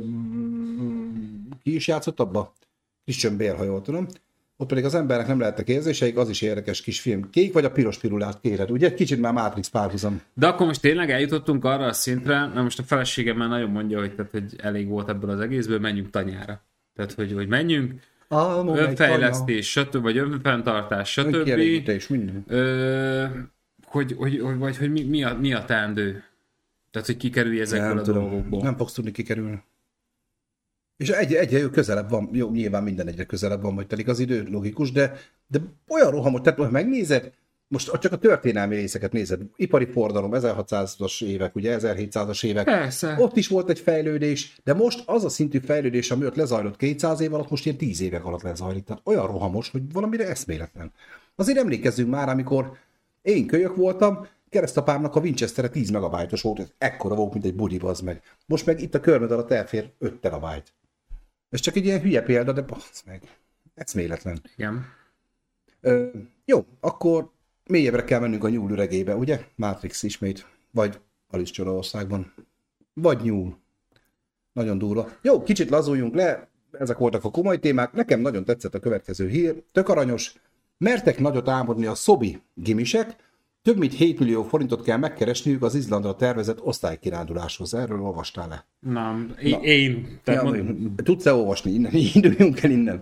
ki is játszott abba? Christian Bale, ha jól tudom. Ott pedig az embernek nem lehettek érzéseik, az is érdekes kis film. Kék vagy a piros pirulát kéred, ugye? Kicsit már Matrix párhuzam. De akkor most tényleg eljutottunk arra a szintre, na most a feleségem már nagyon mondja, hogy, tehát, hogy elég volt ebből az egészből, menjünk tanyára. Tehát, hogy, hogy menjünk, Álmom egy önfejlesztés, stb., vagy önfenntartás, stb. Önkielégítés, minden. Ö, hogy, hogy, hogy, vagy hogy mi, mi, a, mi a teendő? Tehát, hogy kikerülj ezekből Nem a tudom, dolgokból. nem fogsz tudni kikerülni. És egyre, egyre közelebb van, jó, nyilván minden egyre közelebb van, majd telik az idő, logikus, de, de olyan rohamos, tehát ha megnézed, most csak a történelmi részeket nézed, ipari forradalom, ezerhatszázas évek, ugye ezerhétszázas évek, Persze. ott is volt egy fejlődés, de most az a szintű fejlődés, ami ott lezajlott kétszáz év alatt, most ilyen tíz évek alatt lezajlik, tehát olyan rohamos, hogy valamire eszméletlen. Azért emlékezzünk már, amikor én kölyök voltam, keresztapámnak a Winchestere tíz megabájtos volt, ez ekkora volt, mint egy budi, az meg. Most meg itt a körmed alatt elfér öt terabájt. Ez csak egy ilyen hülye példa, de basz meg. Eszméletlen. Igen. Ö, jó, akkor mélyebbre kell mennünk a nyúl üregébe, ugye? Matrix ismét. Vagy Alice Csodaországban. Vagy nyúl. Nagyon durva. Jó, kicsit lazuljunk le. Ezek voltak a komoly témák. Nekem nagyon tetszett a következő hír. Tök aranyos. Mertek nagyot álmodni a szobi gimisek. Több mint hét millió forintot kell megkeresniük az Izlandra tervezett osztálykiránduláshoz. Erről olvastál le? Nem, én... én tehát Ja, mond... Tudsz-e olvasni innen? Induljunk el innen.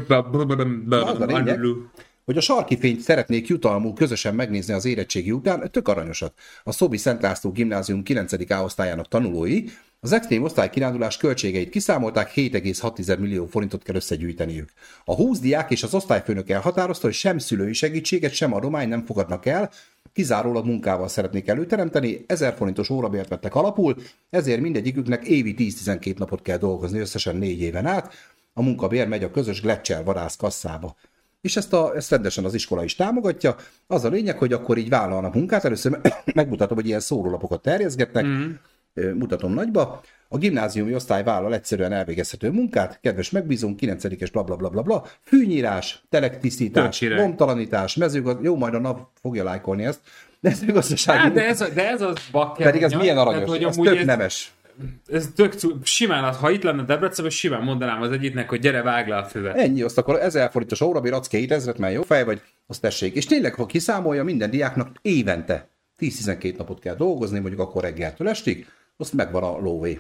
Az a lényeg, hogy a sarki fényt szeretnék jutalmul közösen megnézni az érettségi után, tök aranyosak. A Szobi Szent László Gimnázium kilencedik A osztályának tanulói az extrém osztálykirándulás költségeit kiszámolták, hét egész hat millió forintot kell összegyűjteniük. A húsz diák és az osztályfőnök elhatározta, hogy sem szülői segítséget, sem adomány nem fogadnak el, kizárólag munkával szeretnék előteremteni, ezer forintos órabért vettek alapul, ezért mindegyiküknek évi tíz-tizenkét napot kell dolgozni, összesen négy éven át. A munkabér megy a közös Gletscher vadász kasszába. És ezt, a, ezt rendesen az iskola is támogatja. Az a lényeg, hogy akkor így vállalnak munkát. Először megmutatom, hogy ilyen szórólapokat terjeszgetnek. Mm. Mutatom nagyba. A gimnáziumi osztály vállal egyszerűen elvégezhető munkát. Kedves megbízunk, kilencedikes bla bla bla bla bla. Fűnyírás, telektisztítás, lombtalanítás, mezőgazdaság. Jó, majd a nap fogja lájkolni ezt. Mezőgazdasági. Hát, de, ez, de ez az bakker. Pedig ez milyen aranyos, tehát, ez tök ez... nemes. Ez tök simán, ha itt lenne Debrecenben, simán mondanám az egyiknek, hogy gyere, vágd le a füvet. Ennyi, azt akkor ezer forintos órabér, adsz kétezret, mert jó fej vagy, azt tessék. És tényleg, ha kiszámolja, minden diáknak évente tíz-tizenkét napot kell dolgozni, mondjuk akkor reggeltől estig, azt megvan a lóvé.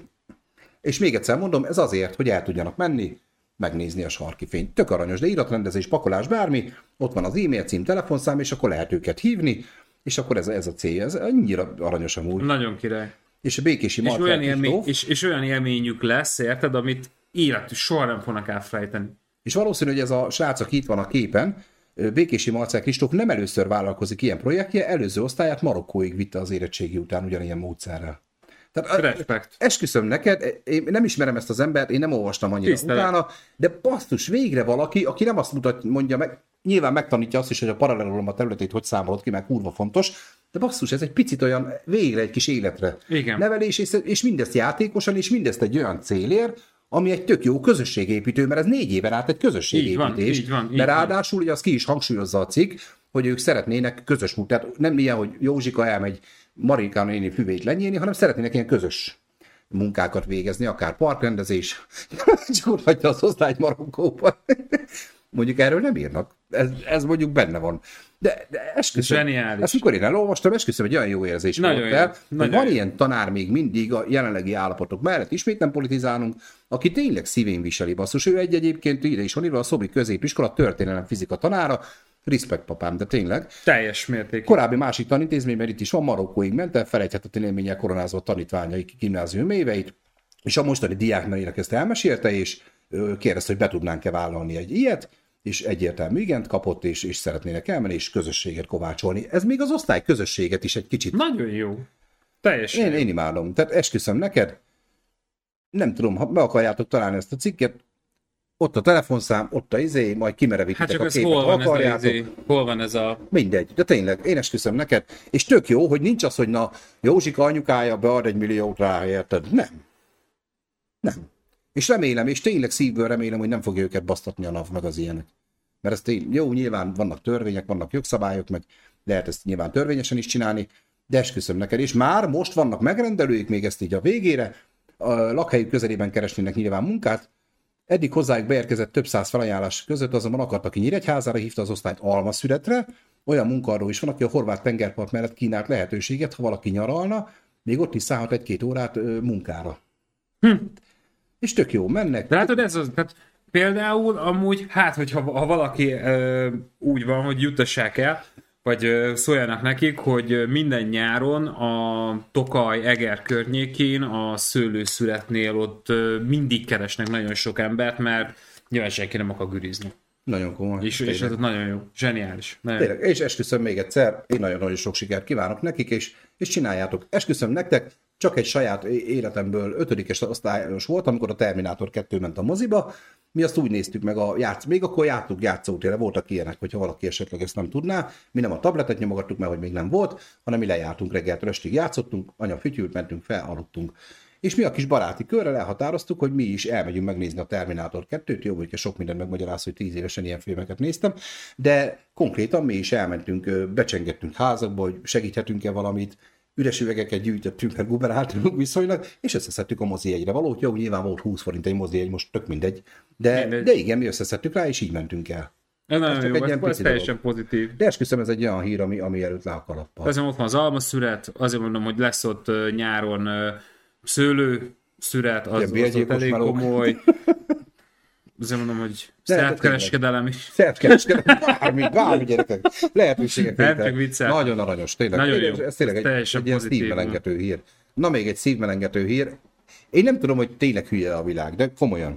És még egyszer mondom, ez azért, hogy el tudjanak menni, megnézni a sarki fényt. Tök aranyos, de iratrendezés, pakolás, bármi, ott van az e-mail cím, telefonszám, és akkor lehet őket hívni, és akkor ez, ez a célja, ez annyira aranyos amúgy. Nagyon király. És a Békési és olyan, élmény, és, és olyan élményük lesz, érted, amit életük soha nem fognak elfelejteni. És valószínű, hogy ez a srác, aki itt van a képen, Békési Marcell Kristóf nem először vállalkozik ilyen projektje, előző osztályát Marokkóig vitte az érettségi után ugyanilyen módszerrel. Tehát, respekt. Esküszöm neked, én nem ismerem ezt az embert, én nem olvastam annyira Tisztelet. utána, de basszus, végre valaki, aki nem azt mutat, mondja meg, nyilván megtanítja azt is, hogy a paralelolom a területét hogy számolod ki, mert kurva fontos, de basszus, ez egy picit olyan végre egy kis életre Igen. nevelés, és, és mindezt játékosan, és mindezt egy olyan célért, ami egy tök jó közösségépítő, mert ez négy éven át egy közösségépítés. Így van, így van, így mert ráadásul ugye azt ki is hangsúlyozza a cikk, hogy ők szeretnének közös munkát, nem ilyen, hogy Józsika elmegy Marika néni füvét lenyélni, hanem szeretnének ilyen közös munkákat végezni, akár parkrendezés, csak ott hagyja az osztályt Marokkóban. Mondjuk erről nem írnak. Ez, ez mondjuk benne van. De, de esküszöm. Zseniális. Ezt mikor én elolvastam, esküszöm, egy olyan jó érzés Nagyon volt jó. el, hogy Nagyon van jó. ilyen tanár még mindig a jelenlegi állapotok mellett, ismét nem politizálunk, aki tényleg szívén viseli basszus. Ő egy egyébként ide is van írva, a Szobi középiskola történelem fizika tanára, respekt papám, de tényleg. Teljes mértékű. Korábbi másik tanintézményben itt is van, Marokkóig ment el, felejthetetlen élménnyel koronázva a tanítványai gimnázium éveit, és a mostani diáknainak ezt elmesélte, és ö, kérdezte, hogy be tudnánk-e vállalni egy ilyet, és egyértelmű igent kapott, és, és szeretnének elmenni, és közösséget kovácsolni. Ez még az osztály közösséget is egy kicsit. Nagyon jó. Teljesen. Én, én imádom. Tehát esküszöm neked, nem tudom, ha be akarjátok találni ezt a cikket, ott a telefonszám, ott a izé, majd kimerevítitek Hát csak a ez képet, hol ha van ez, a, akarjátok. izé, hol van ez a... Mindegy, de tényleg, én esküszöm neked, és tök jó, hogy nincs az, hogy na, Józsika anyukája bead egy milliót rá, érted? Nem. Nem. És remélem, és tényleg szívből remélem, hogy nem fogja őket basztatni a NAV meg az ilyenek. Mert ez tény, jó, nyilván vannak törvények, vannak jogszabályok, meg lehet ezt nyilván törvényesen is csinálni, de esküszöm neked, és már most vannak megrendelőik, még ezt így a végére, a lakhelyük közelében keresnének nyilván munkát. Eddig hozzájuk beérkezett több száz felajánlás között azonban akart, aki Nyíregyházára hívta az osztályt Almaszületre, olyan munkaadó is van, aki a horvát tengerpart mellett kínált lehetőséget, ha valaki nyaralna, még ott is szállhat egy-két órát ö, munkára. Hm. És tök jó, mennek. De látod, ez az, tehát például amúgy, hát, hogyha ha valaki ö, úgy van, hogy juttassák el, vagy ö, szóljanak nekik, hogy minden nyáron a Tokaj-Eger környékén a szőlőszületnél ott ö, mindig keresnek nagyon sok embert, mert nyilván senki nem akar gürizni. Nagyon komoly. És, és ez nagyon jó, zseniális. Nagyon Tényleg, és esküszöm még egyszer, én nagyon-nagyon sok sikert kívánok nekik, és, és csináljátok. Esküszöm nektek, csak egy saját életemből ötödikes osztályos volt, amikor a Terminátor kettő ment a moziba, mi azt úgy néztük meg a játsz, még akkor jártuk játszótérre, voltak ilyenek, hogyha valaki esetleg ezt nem tudná, mi nem a tabletet nyomogattuk, mert hogy még nem volt, hanem mi lejártunk reggeltől estig, játszottunk, anya fütyült, mentünk fel, aludtunk. És mi a kis baráti körrel elhatároztuk, hogy mi is elmegyünk megnézni a Terminátor kettőt, jó, hogy sok mindent megmagyaráz, hogy tíz évesen ilyen filmeket néztem, de konkrétan mi is elmentünk, becsengettünk házakba, hogy segíthetünk-e valamit, üres üvegeket gyűjtöttünk, mert guberáltunk viszonylag, és összeszedtük a mozi jegyre valót. Jó, nyilván volt húsz forint egy mozi jegy, most tök mindegy, de, mindegy. de igen, mi összeszedtük rá, és így mentünk el. Ez nagyon csak jó, egy ez, ilyen ez pici teljesen dolog. pozitív. De esküszöm, ez egy olyan hír, ami, ami előtt le a kalappal. Azért ott van az almaszüret, azért mondom, hogy lesz ott uh, nyáron uh, szőlőszüret, az, Ilyen az ott elég melók. komoly. Azért mondom, hogy De, de szervkereskedelem is. Szervkereskedelem, bármi, bármi gyerekek, lehetőségek. Nem, létek. csak viccel. Nagyon aranyos, tényleg. Nagyon Tényleg, jó. Ez tényleg Ez egy, teljesen egy ilyen pozitív, szívmelengető hír. Na még egy szívmelengető hír. Én nem tudom, hogy tényleg hülye a világ, de komolyan.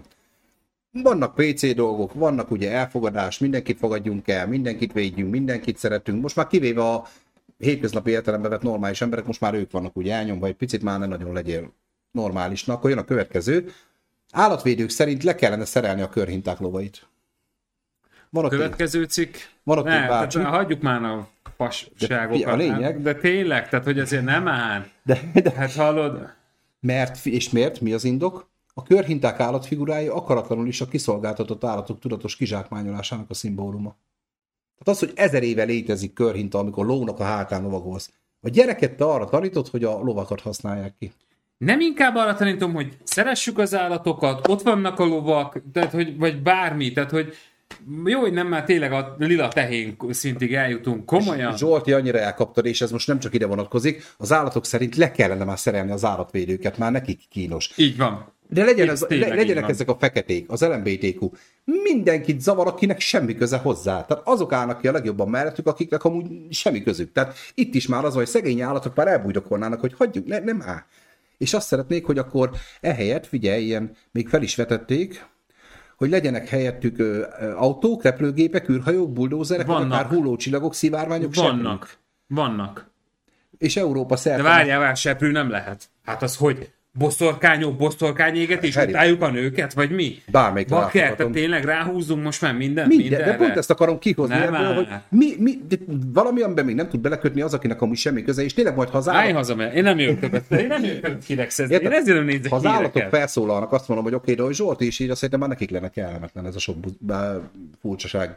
Vannak pé cé dolgok, vannak ugye elfogadás, mindenkit fogadjunk el, mindenkit védjünk, mindenkit szeretünk. Most már kivéve a hétköznapi értelembe vett normális emberek, most már ők vannak ugye elnyomva, egy picit már ne nagyon legyél normálisnak. Akkor jön a következő. Állatvédők szerint le kellene szerelni a körhinták lovait. Van ott Következő cikk. Van ott Ne, egy bácsi. tehát hagyjuk már a De passágokat. a lényeg- De tényleg, tehát hogy azért nem áll. De, de, Hát hallod? mert, és miért? Mi az indok? A körhinták állatfigurái akaratlanul is a kiszolgáltatott állatok tudatos kizsákmányolásának a szimbóluma. Tehát az, hogy ezer éve létezik körhinta, amikor lónak a hátán lovagolsz. A gyereket te arra tanítod, hogy a lovakat használják ki. Nem inkább arra tanítom, hogy szeressük az állatokat, ott vannak a lovak, tehát, hogy, vagy bármi, tehát hogy jó, hogy nem már tényleg a lila tehén szintig eljutunk, komolyan. Zsolti annyira elkaptad, és ez most nem csak ide vonatkozik, az állatok szerint le kellene már szerelni az állatvédőket, már nekik kínos. Így van. De legyen Ez ez, tényleg le, így legyenek van. ezek a feketék, az el em bé té kú. Mindenkit zavar, akinek semmi köze hozzá. Tehát azok állnak ki a legjobban mellettük, akiknek amúgy semmi közük. Tehát itt is már az, hogy szegény állatok már elbújdokolnának, hogy hagyjuk, ne, nem áll. És azt szeretnék, hogy akkor ehelyett, figyelj, ilyen, még fel is vetették, hogy legyenek helyettük ö, ö, autók, repülőgépek, űrhajók, buldózerek, vagy Vannak. akár hullócsillagok, szivárványok, Vannak. seprűk. Vannak. És Európa szerte. De várjál, várjál, seprű nem lehet. Hát az hogy? Boszorkányok, boszorkányéget, és Harry. utáljuk a nőket, vagy mi? Bármelyik Bakker, ráfoghatom. tehát tényleg ráhúzzunk most már minden, Minden, mindenre. de pont ezt akarom kihozni Nem ebből, áll. hogy mi, mi, de valami, amiben még nem tud belekötni az, akinek amúgy semmi köze, és tényleg majd ha az Állj állatok, haza, mert én nem jövök többet, én nem jövök többet hírekszezni, én Érted? ezért nem nézek ha az állatok híreket. felszólalnak, azt mondom, hogy oké, de hogy Zsolti is írja, szerintem már nekik lenne kellemetlen ez a sok bu- bá- furcsaság.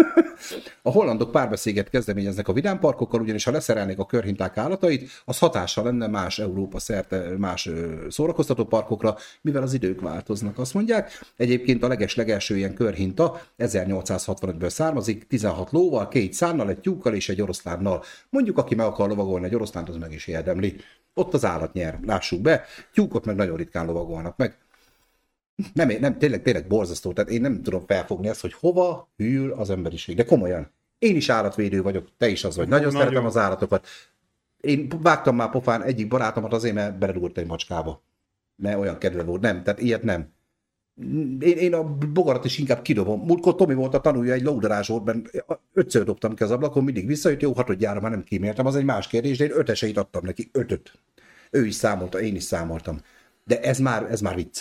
A hollandok párbeszéget kezdeményeznek a vidámparkokkal, ugyanis ha leszerelnék a körhinták állatait, az hatással lenne más Európa szerte, más ö, szórakoztató parkokra, mivel az idők változnak. Azt mondják, egyébként a leges-legelső ilyen körhinta ezernyolcszázhatvanötből származik, tizenhat lóval, két szánnal, egy tyúkkal és egy oroszlánnal. Mondjuk, aki meg akar lovagolni egy oroszlánt, az meg is érdemli. Ott az állat nyer, lássuk be, tyúkot meg nagyon ritkán lovagolnak meg. Nem, nem, tényleg, tényleg borzasztó, tehát én nem tudom felfogni ezt, hogy hova hűl az emberiség. De komolyan, én is állatvédő vagyok, te is az vagy. Nagyon, nagyon szeretem az állatokat. Én vágtam már pofán egyik barátomat azért, mert beledúrt egy macskába. Mert olyan kedve volt. Nem, tehát ilyet nem. Én, én a bogarat is inkább kidobom. Múltkor Tomi volt a tanulja, egy lódarás volt, mert ötször dobtam ki az ablakon, mindig visszajött, jó, hatodjára már nem kíméltem, az egy más kérdés, de én öt esélyt adtam neki, ötöt. Ő is számolta, én is számoltam. De ez már, ez már vicc.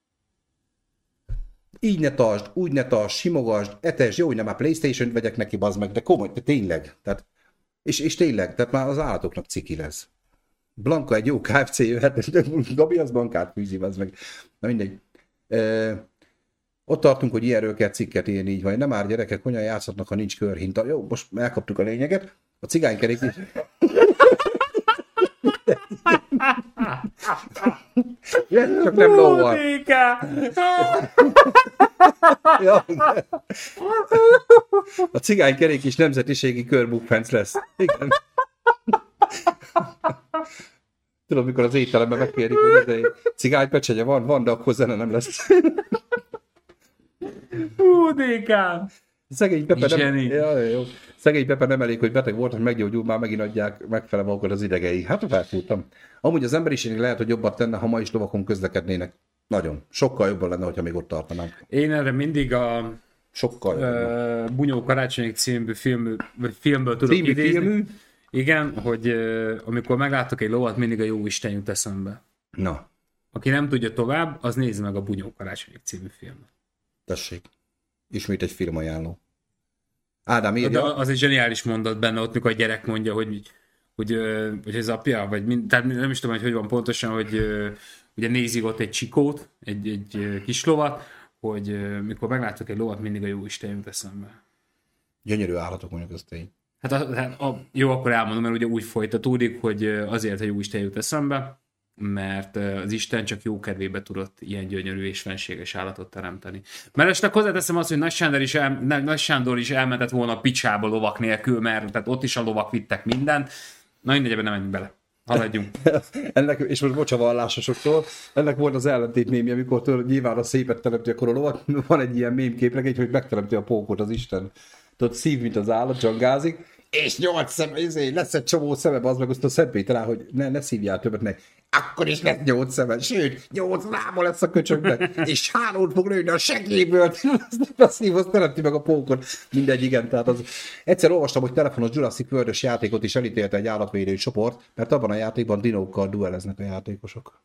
Így ne tartsd, úgy ne tartsd, simogasd, etesd, jó, hogy nem már PlayStation-t vegyek neki, bazd meg, de komoly, de tényleg. Tehát, és, és tényleg, tehát már az állatoknak ciki lesz. Blanka egy jó ká ef cé jöhet, Gabi az Blankát fűzi, bazd meg. Na mindegy. E, ott tartunk, hogy ilyenről kell cikket írni, így vagy. Nem már gyerekek, hogyan játszhatnak, ha nincs körhinta. Jó, most elkaptuk a lényeget. A cigánykerék is... Csak nem lóval. Ja, a cigánykerék is nemzetiségi körbukfenc lesz. Igen. Tudom, mikor az ételemben megkérik, hogy ez cigánypecsenye van, van, de akkor zene nem lesz. Hú, dékám! Szegény Pepe nem, ja, jó. Szegény Pepe nem elég, hogy beteg volt, hogy meggyógyul, már megint adják megfele magukat az idegei. Hát felfúrtam. Amúgy az emberiségnek lehet, hogy jobbat tenne, ha ma is lovakon közlekednének. Nagyon. Sokkal jobban lenne, hogyha még ott tartanánk. Én erre mindig a Sokkal uh, Bunyó Karácsonyék című film, filmből tudok Című idézni. Filmű? Igen, hogy uh, amikor meglátok egy lovat, mindig a jó Isten jut eszembe. Na. Aki nem tudja tovább, az nézze meg a Bunyó Karácsonyék című filmet. Tessék. Ismét egy filmajánló. Ádám írja. De az egy zseniális mondat benne ott, mikor a gyerek mondja, hogy, hogy, hogy ez apja, vagy mind, tehát nem is tudom, hogy hogy van pontosan, hogy ugye nézik ott egy csikót, egy, egy kis lovat, hogy mikor meglátok egy lovat, mindig a jó Isten jut eszembe. Gyönyörű állatok, mondjuk az tény. Hát a, a, a, jó, akkor elmondom, mert ugye úgy folytatódik, hogy azért a jó Isten jut eszembe, mert az Isten csak jó kedvébe tudott ilyen gyönyörű és fenséges állatot teremteni. Mert esetleg hozzáteszem azt, hogy Nagy Sándor is, el, Nagy Sándor is elmentett volna a picsába lovak nélkül, mert tehát ott is a lovak vittek mindent. Na mindegy, ebben nem menjünk bele. Haladjunk. Ennek, és most bocs a vallásosoktól, ennek volt az ellentét mémje, amikor tőle, nyilván a szépet teremti akkor a lovat, van egy ilyen mémképleg, egy, hogy megteremti a pókot az Isten. Tudod, szív, mint az állat, dzsangázik, és nyolc szem, ezért lesz egy csomó szeme, az meg azt a Szent Péter, hogy ne, ne szívjál többet, ne. Akkor is lesz nyolc szeme, sőt, nyolc lába lesz a köcsöknek, és hálót fog lőni a segélyből, a szív, azt teremti meg a pókot. Mindegy, igen, tehát az... Egyszer olvastam, hogy telefonos Jurassic World-ös játékot is elítélte egy állatvédő csoport, mert abban a játékban dinókkal duelleznek a játékosok.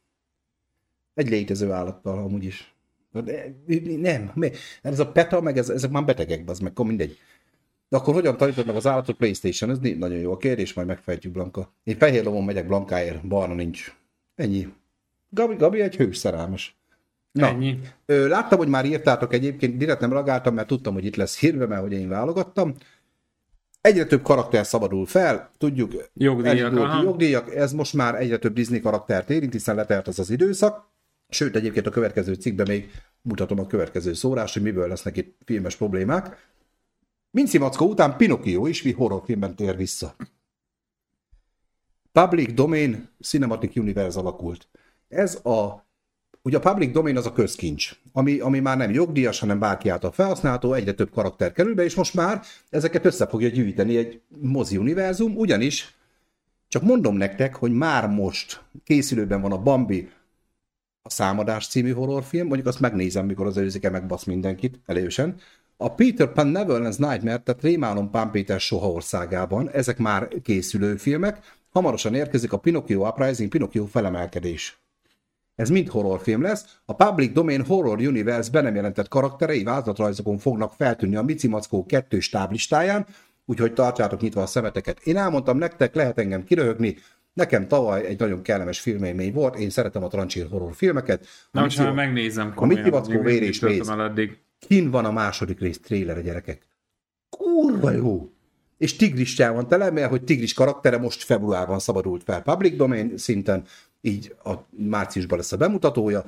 Egy létező állattal amúgy is. De, nem, ez a PETA, meg ez, ezek már betegek, az meg, akkor mindegy. De akkor hogyan tanítod meg az állatot PlayStation? Ez nagyon jó a kérdés, majd megfejtjük, Blanka. Én fehér lovon megyek Blankáért, barna nincs. Ennyi. Gabi, Gabi egy hős szerelmes. Na, ennyi. Ö, láttam, hogy már írtátok egyébként, direkt nem reagáltam, mert tudtam, hogy itt lesz hírve, mert hogy én válogattam. Egyre több karakter szabadul fel, tudjuk, jogdíjak, jogdíjak, ez most már egyre több Disney karaktert érint, hiszen letelt az az időszak. Sőt, egyébként a következő cikkben még mutatom a következő szórást, hogy miből lesznek itt filmes problémák. Minci Mackó után Pinocchio is horrorfilmben tér vissza. Public Domain Cinematic Universe alakult. Ez a, ugye a Public Domain az a közkincs, ami, ami már nem jogdíjas, hanem bárki által felhasználható, egyre több karakter kerül be, és most már ezeket össze fogja gyűjteni egy mozi univerzum, ugyanis, csak mondom nektek, hogy már most készülőben van a Bambi, a Számadás című horrorfilm, mondjuk azt megnézem, mikor az őzike megbasz mindenkit, elősen. A Peter Pan Neverland's Nightmare, tehát Rémálom Pán Péter soha országában, ezek már készülő filmek, hamarosan érkezik a Pinocchio Uprising, Pinocchio felemelkedés. Ez mind horrorfilm lesz, a Public Domain Horror Universe be nem jelentett karakterei vázlatrajzokon fognak feltűnni a Mici Mackó kettős táblistáján, úgyhogy tartsátok nyitva a szemeteket. Én elmondtam nektek, lehet engem kiröhögni, nekem tavaly egy nagyon kellemes filmélmény volt, én szeretem a Trancsír horror filmeket. Na most már megnézem komolyan. A Mici Mackó vér és méz. Kin van a második rész trélere, gyerekek. Kurva jó! És tigrissel van tele, mert hogy tigris karaktere most februárban szabadult fel Public Domain szinten. így a márciusban lesz a bemutatója.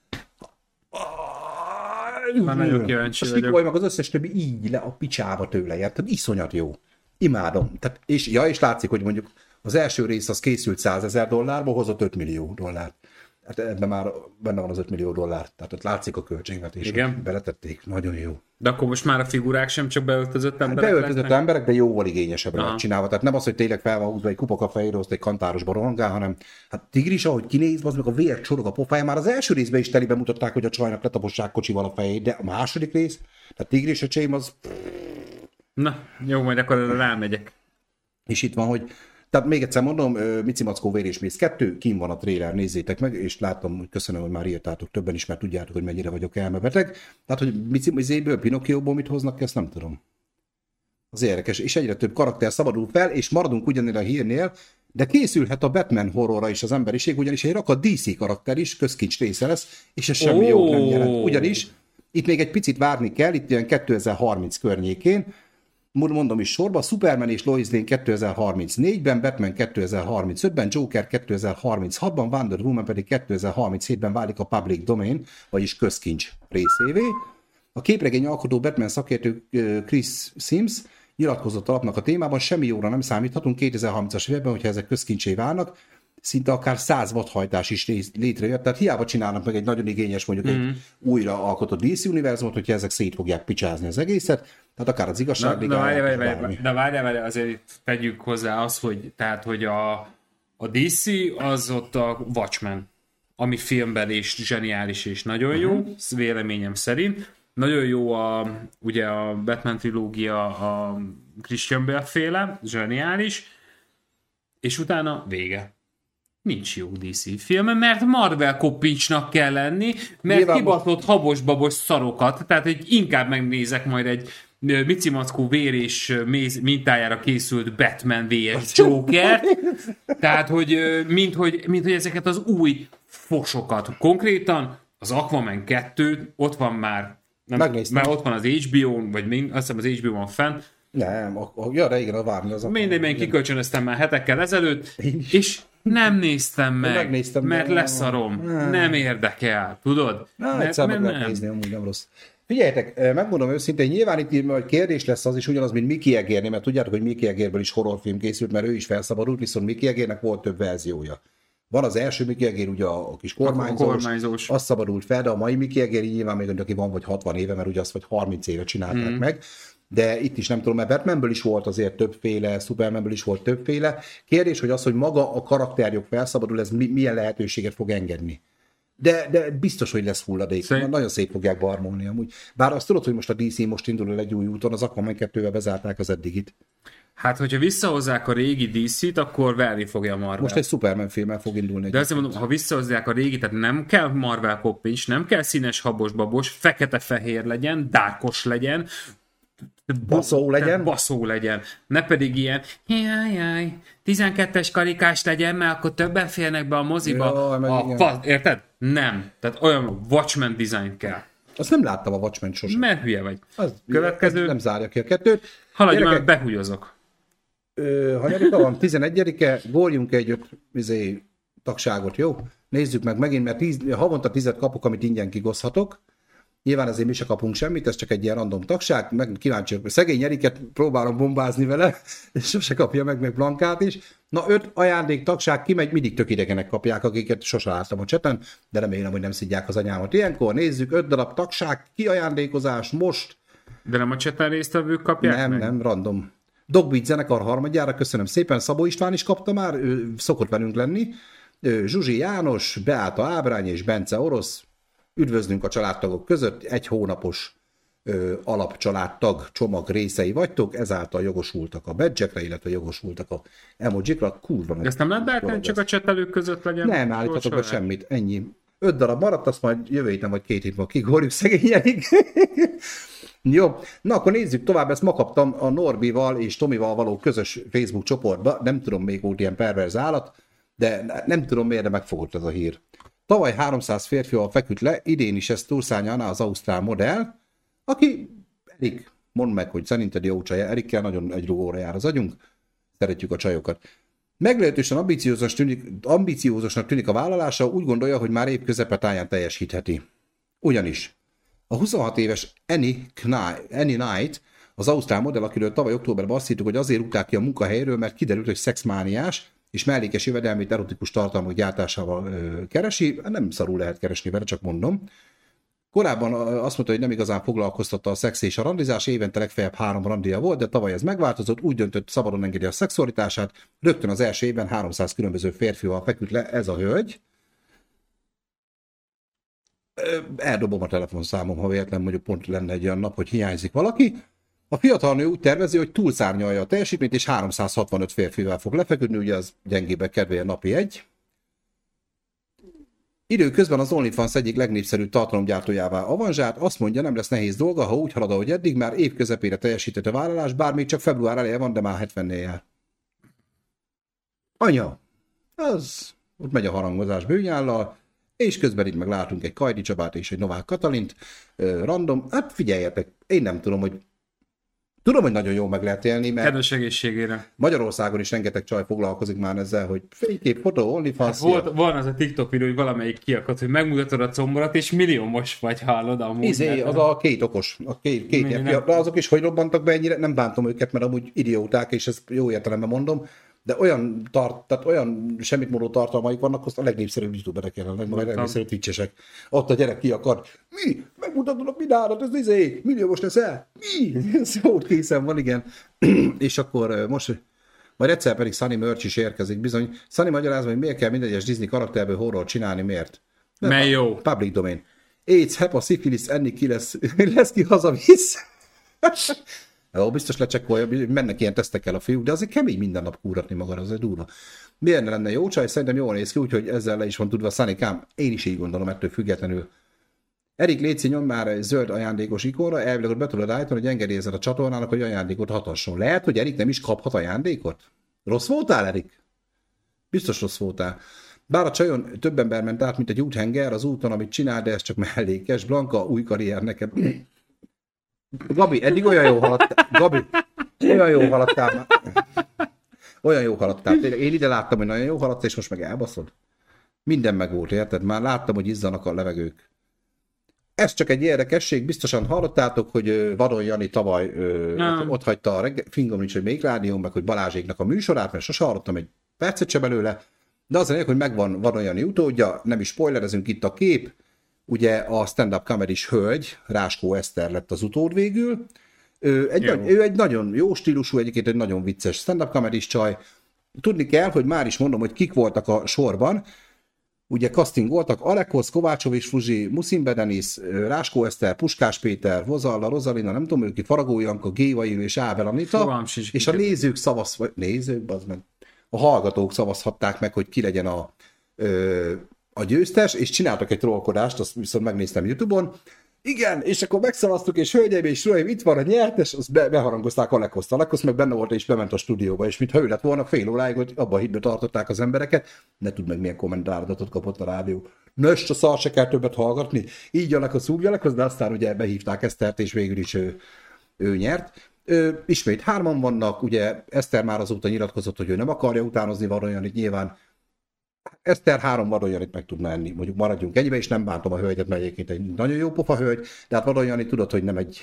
Már nagyon kíváncsi a vagyok. Sikoly meg az összes többi így le a picsába tőle ért. Tehát iszonyat jó. Imádom. Tehát, és, ja, és látszik, hogy mondjuk az első rész az készült százezer dollárba, hozott öt millió dollárt. Hát ebben már benne van az öt millió dollár. Tehát ott látszik a költségvetés. Igen. Beletették. Nagyon jó. De akkor most már a figurák sem csak beöltözött emberek Hát beöltözött lesznek? emberek, de jóval igényesebbre Aha. megcsinálva. Tehát nem az, hogy tényleg fel van húzva egy kupak a fejére, azt egy kantárosba rohangál, hanem hát Tigris, ahogy kinéz, az meg a vér csorog a pofája. Már az első részben is telibe mutatták, hogy a csajnak letapossák kocsival a fejét, de a második rész, tehát Tigris öcsém az... Na, jó, majd akkor erre rámegyek. És itt van, hogy tehát még egyszer mondom, Mici Mackó Vér és Mész kettő, kim van a trailer, nézzétek meg, és látom, hogy köszönöm, hogy már írtátok többen is, mert tudjátok, hogy mennyire vagyok elmebeteg. Tehát, hogy Mici Mazéből, Pinocchióból mit hoznak ki, ezt nem tudom. Az érdekes, és egyre több karakter szabadul fel, és maradunk ugyanél a hírnél, de készülhet a Batman horrorra is az emberiség, ugyanis egy rakat dé cé karakter is közkincs része lesz, és ez semmi Ó. jó nem jelent. Ugyanis itt még egy picit várni kell, itt ilyen kétezer-harminc környékén, mondom is sorba, Superman és Lois Lane kétezer-harmincnégyben, Batman kétezer-harmincötben, Joker kétezer-harminchatban, Wonder Woman pedig kétezer-harminchétben válik a public domain, vagyis közkincs részévé. A képregény alkotó Batman szakértő Chris Sims nyilatkozott a lapnak a témában, semmi jóra nem számíthatunk kétezer-harmincas években, hogyha ezek közkincsé válnak, szinte akár száz watthajtás is létrejött, tehát hiába csinálnak meg egy nagyon igényes, mondjuk mm. egy újra alkotott dé cé univerzumot, hogyha ezek szét fogják picsázni az egészet, tehát akár az igazság. Na, várj, várj, várj, de várj, várj, azért tegyük hozzá az, hogy, tehát, hogy a, a dé cé az ott a Watchmen, ami filmben is zseniális és nagyon jó, uh-huh. véleményem szerint. Nagyon jó a, ugye a Batman trilógia, a Christian Bale féle, zseniális, és utána vége. Nincs jó dé cé film, mert Marvel koppincsnak kell lenni, mert Nyilván kibaszott habos-babos szarokat, tehát hogy inkább megnézek majd egy Mici Mackó Vér és méz mintájára készült Batman vé es Joker, tehát hogy mint, hogy mint hogy ezeket az új fosokat. Konkrétan az Aquaman kettő, ott van már, nem, már ott van az há bé ó-n, vagy mind, azt hiszem az há bé ó-n fenn. Nem, a, a, ja, régen a várni az Mindegy, én kikölcsönöztem már hetekkel ezelőtt, és nem néztem meg, mert meg. leszarom. Nem. nem érdekel, tudod? Na, mert, egyszer meg nem. lehet nézni, amúgy nem rossz. Figyeljetek, megmondom őszintén, nyilván itt majd kérdés lesz az is ugyanaz, mint Mickey Egérné, mert tudjátok, hogy Mickey Egérből is horrorfilm készült, mert ő is felszabadult, viszont Mickey Egérnek volt több verziója. Van az első Mickey Egér, ugye a kis kormányzós, kormányzós, azt szabadult fel, de a mai Mickey Egér nyilván még aki van vagy hatvan éve, mert ugye azt vagy harminc éve csinálták mm. meg. De itt is nem tudom, mert Batmanből is volt azért többféle, Supermanből is volt többféle. Kérdés, hogy az, hogy maga a karakterjog felszabadul, ez milyen lehetőséget fog engedni. De, de biztos, hogy lesz hulladék. Szép. Nagyon szép fogják barmolni amúgy. Bár azt tudod, hogy most a dé cé most indul el egy új úton, az Aquaman kettővel bezárták az eddigit. Hát, hogyha visszahozzák a régi dé cét, akkor verni fogja Marvel. Most egy Superman filmmel fog indulni. De azt mondom, ha visszahozzák a régi, tehát nem kell Marvel koppincs, nem kell színes habos-babos, fekete-fehér legyen, dárkos legyen, baszó legyen. Baszó legyen. Ne pedig ilyen, jaj, jaj, tizenkettes karikás legyen, mert akkor többen férnek be a moziba. Ja, a fa- érted? Nem. Tehát olyan Watchmen design kell. Azt nem láttam a Watchmen sosem. Mert hülye vagy. Az, Következő. Nem zárja ki a kettőt. Haladj már, behúlyozok. Hanyadika van? tizenegyedike Góljunk egy öt izé, tagságot, jó? Nézzük meg megint, mert tíz, havonta tizet kapok, amit ingyen kigozhatok. Nyilván azért mi se kapunk semmit, ez csak egy ilyen random tagság, meg kíváncsiak. Szegény Eriket próbálom bombázni vele, és sose kapja meg meg Blankát is. Na, öt ajándék tagság kimegy, mindig tök idegenek kapják, akiket sose láttam a cseten, de remélem, hogy nem szidják az anyámat. Ilyenkor nézzük, öt darab tagság, kiajándékozás most. De nem a cseten résztvevők kapják Nem, meg? nem, random. Dogbeat zenekar harmadjára, köszönöm szépen, Szabó István is kapta már, ő szokott velünk lenni. Zsuzsi János, Beáta Ábrány és Bence Orosz. Üdvözlünk a családtagok között, egy hónapos ö, alapcsaládtag csomag részei vagytok, ezáltal jogosultak a badge-ekre, illetve jogosultak a emojikra. Kurva meg. De ezt nem lehet beállítani, csak a csetelők között legyen? Nem állíthatok be semmit, ennyi. Öt darab maradt, azt majd jövő héten vagy két hétben kigorjuk szegényeik. Jó, na akkor nézzük tovább, ezt ma kaptam a Norbival és Tomival való közös Facebook csoportba, nem tudom, még volt ilyen perverz állat, de nem tudom miért, de megfogott ez a hír. Tavaly háromszáz férfival feküdt le, idén is ez Turszánya Anna, az ausztrál modell, aki, Erik, mondd meg, hogy szerinted jó csaj, Erikkel nagyon egy rugóra jár az agyunk, szeretjük a csajokat. Meglehetősen ambiciózusnak tűnik, ambiciózusnak tűnik a vállalása, úgy gondolja, hogy már év közepe táján teljesítheti. Ugyanis a huszonhat éves Annie, Knight, Annie Knight, az ausztrál modell, akiről tavaly októberben azt hittük, hogy azért rúgták ki a munkahelyről, mert kiderült, hogy szexmániás, és mellékes jövedelmét erotikus tartalmak gyártásával ö, keresi. Nem szarul lehet keresni vele, csak mondom. Korábban azt mondta, hogy nem igazán foglalkoztatta a szex és a randizás, évente legfeljebb három randia volt, de tavaly ez megváltozott, úgy döntött, szabadon engedi a szexualitását, rögtön az első évben háromszáz különböző férfival feküdt le ez a hölgy. Eldobom a telefonszámom, ha véletlen mondjuk pont lenne egy olyan nap, hogy hiányzik valaki. A fiatal nő úgy tervezi, hogy túlszárnyalja a teljesítményt, és háromszázhatvanöt férfival fog lefeküdni, ugye az gyengébbek kedvéért napi egy. Időközben az OnlyFans egyik legnépszerűbb tartalomgyártójává avanzsált, azt mondja, nem lesz nehéz dolga, ha úgy halad, ahogy eddig, már év közepére teljesített a vállalás, bár még csak február eleje van, de már hetvennél jár. Anya, az ott megy a harangozás bőnyállal, és közben itt meg látunk egy Kajdi Csabát és egy Novák Katalint, random, hát figyeljetek, én nem tudom, hogy Tudom, hogy nagyon jól meg lehet élni, mert kedves egészségére. Magyarországon is rengeteg csaj foglalkozik már ezzel, hogy fénykép, fotó, OnlyFans. Hát volt, van az a TikTok videó, hogy valamelyik kiakadt, hogy megmutatod a comborat, és milliómos vagy, hallod amúgy. Izé, az a két okos, a két, két ilyen, de azok is hogy robbantak be ennyire, nem bántom őket, mert amúgy idióták, és ezt jó értelemben mondom, de olyan, tart, tehát olyan semmit módó tartalmaik vannak, azt a legnépszerűbb youtuberek jelenleg, a legnépszerűbb twitchesek. Ott a gyerek kiakart. Mi? Megmutatod a pinádat, ez izé, milliómos leszel? Mi? Szóval készen van, igen. És akkor most, majd egyszer pedig Sunny merch is érkezik, bizony. Sunny magyarázza, hogy miért kell minden egyes Disney karakterből horror csinálni, miért? Mert jó. Public domain. AIDS, hepa, syphilis, enni ki lesz, lesz ki hazavisz. Jó, biztos lecsekkolja, mennek ilyen tesztekkel a fiúk, de azért kemény minden nap kúratni magadra, azért durva. Miért ne lenne jó csaj? Szerintem jól néz ki, úgyhogy ezzel le is van tudva Sunny-kám. Én is így gondolom ettől függetlenül. Erik, léci, nyom már egy zöld ajándékos ikonra, elvileg ott be tudod állítani, hogy engedélyezed a csatornának, hogy ajándékot hatasson. Lehet, hogy Erik nem is kaphat ajándékot? Rossz voltál, Erik? Biztos rossz voltál. Bár a csajon több ember ment át, mint egy úthenger az úton, amit csinál, de ez csak mellékes. Blanka, új karrier neked. Gabi, eddig olyan jó haladtál. Gabi, olyan jó haladtál már. Olyan jó haladtál. Én ide láttam, hogy nagyon jó haladtál, és most meg elbaszod. Minden meg volt, érted? Már láttam, hogy izzanak a levegők. Ez csak egy érdekesség, biztosan hallottátok, hogy Vadon Jani tavaly no. ott hagyta a reggel, fingom nincs, hogy még rádió, meg hogy Balázséknak a műsorát, mert sose hallottam egy percet se belőle, de az a lényeg, hogy megvan Vadon Jani utódja, nem is spoilerezünk, itt a kép, ugye a stand-up comedy-s hölgy, Ráskó Eszter lett az utód végül, ő egy, nagy, ő egy nagyon jó stílusú, egyébként egy nagyon vicces stand-up comedy-s csaj. Tudni kell, hogy már is mondom, hogy kik voltak a sorban. Ugye casting voltak Alekosz, Kovácsovics Fruzsi, Muszimbe Denis, Ráskó Eszter, Puskás Péter, Vozalla, Rozalina, nem tudom, ők Faragó Janka, Géva Ilő és Ábel Anita, és a nézők szavaz, vagy nézők, bazd meg, a hallgatók szavazhatták meg, hogy ki legyen a, ö, a győztes, és csináltak egy trollkodást, azt viszont megnéztem YouTube-on. Igen, és akkor megszavaztuk, és hölgyeim és uraim, itt van a nyertes, azt be, beharangozták Alekoszt. Alekosz meg benne volt, és bement a stúdióba, és mintha ő lett volna fél óráig, hogy abban a hitben tartották az embereket. Ne tudd meg, milyen kommentárodatot kapott a rádió. Nöst, a szar se kell többet hallgatni. Így Alekosz, úgy Alekosz, de aztán ugye behívták Esztert, és végül is ő, ő nyert. Ő, ismét hárman vannak, ugye Eszter már azóta nyilatkozott, hogy ő nem akarja utánozni Vadonjanit, nyilván Eszter három Vadonjanit meg tudna enni, mondjuk maradjunk ennyibe, és nem bántom a hölgyet, mert egyébként egy nagyon jó pofa hölgy, de hát Vadonjani tudod, hogy nem egy...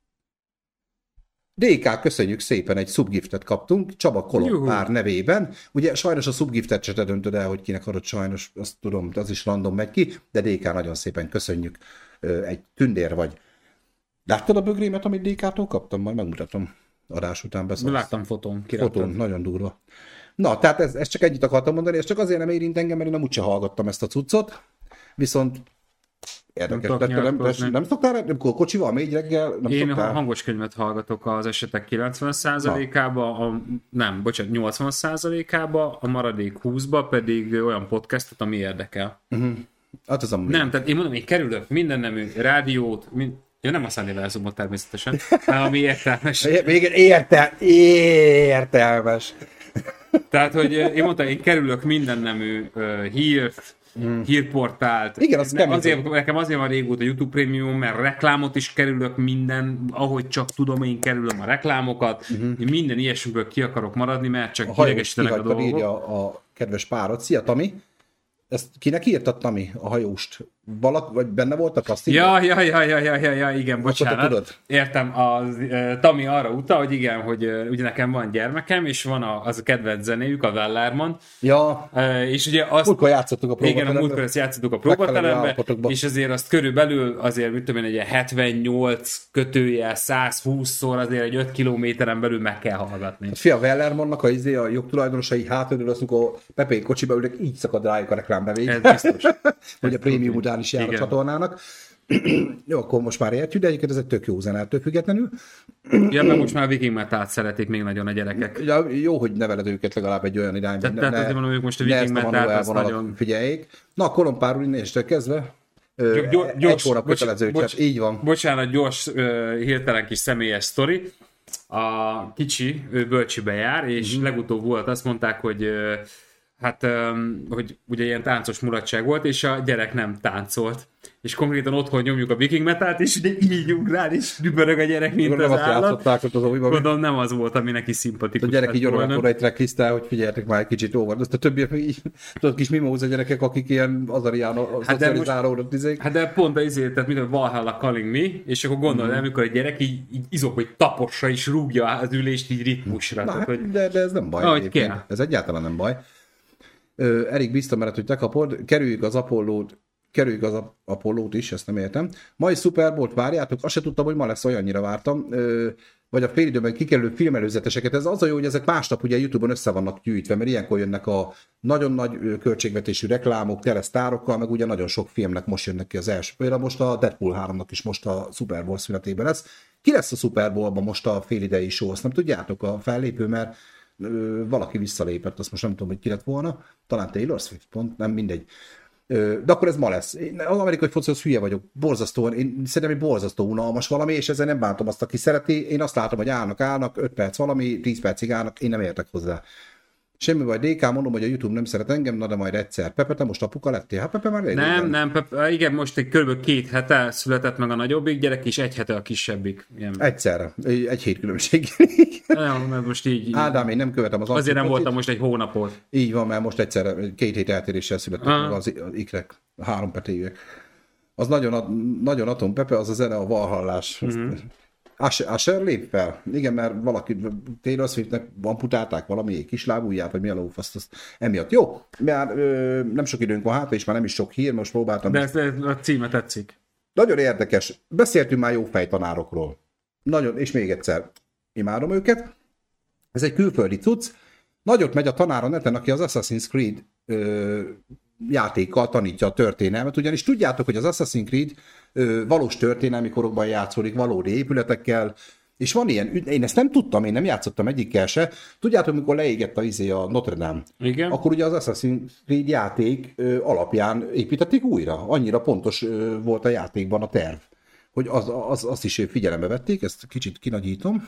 dé ká, köszönjük szépen, egy subgiftet kaptunk, Csaba Kolompár nevében. Ugye sajnos a subgiftet se te döntöd el, hogy kinek adott, sajnos, azt tudom, az is random megy ki, de dé ká, nagyon szépen köszönjük, egy tündér vagy. Láttad a bögrémet, amit dé ká-tól kaptam? Majd megmutatom. Adás után beszélsz. Láttam fotón. Fotón, nagyon durva. Na, tehát ez, ez csak együtt akartam mondani, és csak azért nem érint engem, mert én nem úgyse hallgattam ezt a cuccot, viszont érdekes. Nem, nem, nem, nem szoktál, nem kocsival, mégy reggel, nem én szoktál? hangos könyvet hallgatok az esetek kilencven százalékába, a, nem, bocsánat, nyolcvan százalékába, a maradék húszba pedig olyan podcastot, ami érdekel. Uh-huh. Hát az a nem, tehát én mondom, én kerülök minden nemű rádiót, mind... Ja, nem a Sunnyvelezumot természetesen, hanem ami értelmes. Még értel, értelmes. Tehát, hogy én mondtam, én kerülök minden nemű uh, hírt, mm. hírportált. Igen, az kemény. Azért, nekem azért van régóta YouTube Premium, mert reklámot is kerülök minden, ahogy csak tudom, én kerülöm a reklámokat. Uh-huh. Én minden ilyesmiből ki akarok maradni, mert csak idegesítenek a dolgok. Írja a kedves párod. Szia, Tami! Ezt kinek írtad, Tami, a hajóst? Valak, vagy benne voltak azt? Ja, ja, ja, ja, ja, ja, ja, igen, bocsánat. Tudod? Értem, az, uh, Tami arra utal, hogy igen, hogy uh, ugye nekem van gyermekem, és van a, az a kedvenc zenéjük, a Wellerman. Ja, uh, és ugye azt... Múltkor játszottuk a próbateremben. Igen, a múltkor ezt játszottuk a próbateremben, és azért azt körülbelül azért, mit tudom én, egy hetvennyolc kötőjel százhúszszor azért egy öt kilométeren belül meg kell hallgatni. Hát fia, a Wellermannak a, izé, a jogtulajdonosai hátulról azt, amikor Pepe kocsiba ülnek, így szakad rájuk a reklámbevény. Ez biztos. Hogy a prémium után is jár igen. a csatornának. Jó, akkor most már értjük, de egyébként ez egy tök jó zene, ettől függetlenül. Ja, mert most már a Viking Metalt szeretik még nagyon a gyerekek. Ja, jó, hogy neveled őket legalább egy olyan irányba. Tehát, tehát azért mondom, hogy most a Viking Metalt azt nagyon... Figyeljék. Na, a kolompárul innestől kezdve gyors, egy hónap kötelező, bocs, bocs, így van. Bocsánat, gyors, uh, hirtelen kis személyes sztori. A kicsi, ő bölcsibe jár, és uh-huh. legutóbb volt, azt mondták, hogy uh, hát, um, hogy ugye ilyen táncos mulatság volt, és a gyerek nem táncolt. És konkrétan otthon nyomjuk a Viking Metalt, és ugye így ugrál, és dübörög a gyerek, mint nem az állat. Az Gondolom, nem az volt, ami neki szimpatikus. A gyerek így orra egy tracklisttel, hogy figyeljetek már egy kicsit óvart. Azt a többiek így, tudod, kis mimóza gyerekek, akik ilyen azarián szocializálódott izék. Hát de pont az izé, tehát mint a Valhalla Calling Me, és akkor gondolod, mm-hmm. amikor a gyerek így, így izok, hogy tapossa és rúgja az ülést így ritmusra. Na, tehát, hát, hogy... de, de ez nem baj. Ahogy kell. Ez egyáltalán nem baj. Erik biztos, mert hogy te kapod, kerüljük az Apollót, kerüljük az Apollót is, ezt nem értem. Mai Super Bowl-t várjátok, azt se tudtam, hogy ma lesz, olyannyira vártam. Vagy a félidőben kikerülő filmelőzeteseket. Ez az a jó, hogy ezek másnap ugye YouTube-on össze vannak gyűjtve, mert ilyenkor jönnek a nagyon nagy költségvetésű reklámok, tele sztárokkal, meg ugye nagyon sok filmnek most jönnek ki az első. Például most a Deadpool háromnak is most a Super Bowl szünetében lesz. Ki lesz a Super Bowl-ban most a félidei show? Azt nem tudjátok, a fellépő, mert ö, valaki visszalépett, azt most nem tudom, hogy ki lett volna. Talán Taylor Swift, pont, nem mindegy. De akkor ez ma lesz. Én az amerikai focihoz hülye vagyok. Borzasztóan, én szerintem egy borzasztó unalmas valami, és ezzel nem bántom azt, aki szereti. Én azt látom, hogy állnak, állnak, öt perc valami, tíz percig állnak, én nem értek hozzá. Semmi baj, dé ká, mondom, hogy a YouTube nem szeret engem, na de majd egyszer. Pepe, te most apuka lettél? Hát Pepe már nem, nem, nem, Pepe, igen, most egy kb. két hete született meg a nagyobbik gyerek, és egy hete a kisebbik. Ilyen. Egyszerre, egy hét különbség. Nem, mert most így... Ádám, én nem követem az azért nem voltam most egy hónapot. Így van, mert most egyszerre két hét eltéréssel született meg az, az ikrek, a három petéjűek. Az nagyon, nagyon atom, Pepe, az a zene, a valhallás. Mm-hmm. Asher lép fel. Igen, mert valaki Taylor Swiftnek amputálták valami kislábújját, vagy mi a lófaszt, azt emiatt. Jó, mert ö, nem sok időnk van hátra, és már nem is sok hír, most próbáltam. De ez, a címe tetszik. Nagyon érdekes. Beszéltünk már jó fejtanárokról. Nagyon, és még egyszer, imádom őket. Ez egy külföldi cucc. Nagyot megy a tanár a neten, aki az Assassin's Creed ö, játékkal tanítja a történelmet, ugyanis tudjátok, hogy az Assassin's Creed ö, valós történelmi korokban játszódik, valódi épületekkel, és van ilyen, én ezt nem tudtam, én nem játszottam egyikkel se. Tudjátok, amikor leégett a izé a Notre Dame, igen? Akkor ugye az Assassin's Creed játék ö, alapján építették újra. Annyira pontos ö, volt a játékban a terv, hogy az, az, azt is figyelembe vették, ezt kicsit kinagyítom.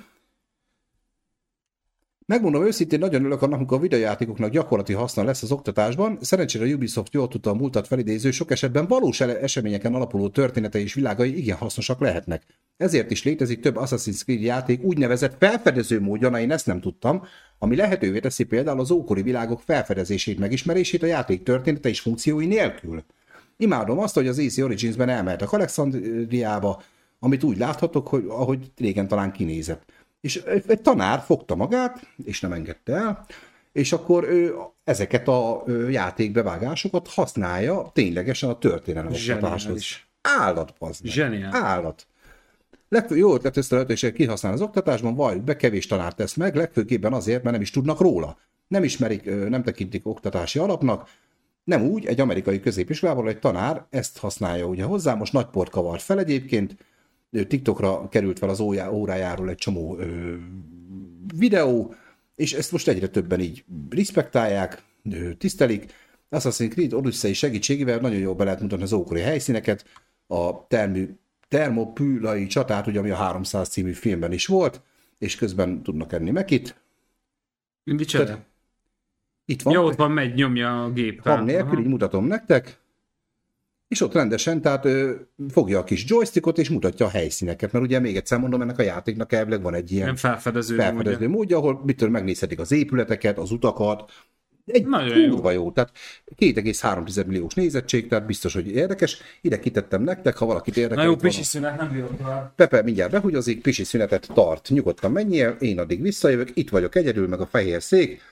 Megmondom őszintén, nagyon örülök annak, amikor a videójátékoknak gyakorlati haszna lesz az oktatásban. Szerencsére a Ubisoft jól tudta a múltat felidéző, sok esetben valós eseményeken alapuló történetei és világai igen hasznosak lehetnek. Ezért is létezik több Assassin's Creed játék úgynevezett felfedező módja, na én ezt nem tudtam, ami lehetővé teszi például az ókori világok felfedezését, megismerését a játék története és funkciói nélkül. Imádom azt, hogy az á cé Origins-ben elmehetek Alexandriába, amit úgy láthatok, hogy ahogy régen talán kinézett. És egy tanár fogta magát, és nem engedte el, és akkor ő ezeket a játékbevágásokat használja ténylegesen a történelem oktatáshoz. Állat, bazd meg. Zseniál. Állat. Legfő, jó ötlet ezt a lehetőséget kihasznál az oktatásban, valljuk be, kevés tanár tesz meg, legfőképpen azért, mert nem is tudnak róla. Nem ismerik, nem tekintik oktatási alapnak. Nem úgy, egy amerikai középiskolában egy tanár ezt használja ugye hozzá, most nagy port kavart fel egyébként, TikTokra került fel az órájáról egy csomó ö, videó, és ezt most egyre többen így respektálják, ö, tisztelik. Assassin's Creed Odyssey segítségével nagyon jól be lehet mutatni az ókori helyszíneket, a termű, termopülai csatát, ugye, ami a háromszáz című filmben is volt, és közben tudnak enni mekit. Micsoda? Itt van. Ja, ott van, megy, nyomja a géppel. Hang nélkül, így mutatom nektek. És ott rendesen, tehát ö, fogja a kis joystickot, és mutatja a helyszíneket, mert ugye még egyszer mondom, ennek a játéknak elvileg van egy ilyen nem felfedező, felfedező módja, módja, ahol mitől megnézhetik az épületeket, az utakat. Egy nagyon kurva jó. jó. Tehát két egész három milliós nézettség, tehát biztos, hogy érdekes. Ide kitettem nektek, ha valakit érdekel. Na jó, pisi szünet, nem bírok tovább. Pepe mindjárt behugyozik, pisi szünetet tart. Nyugodtan menjél, én addig visszajövök, itt vagyok egyedül, meg a fehér szék.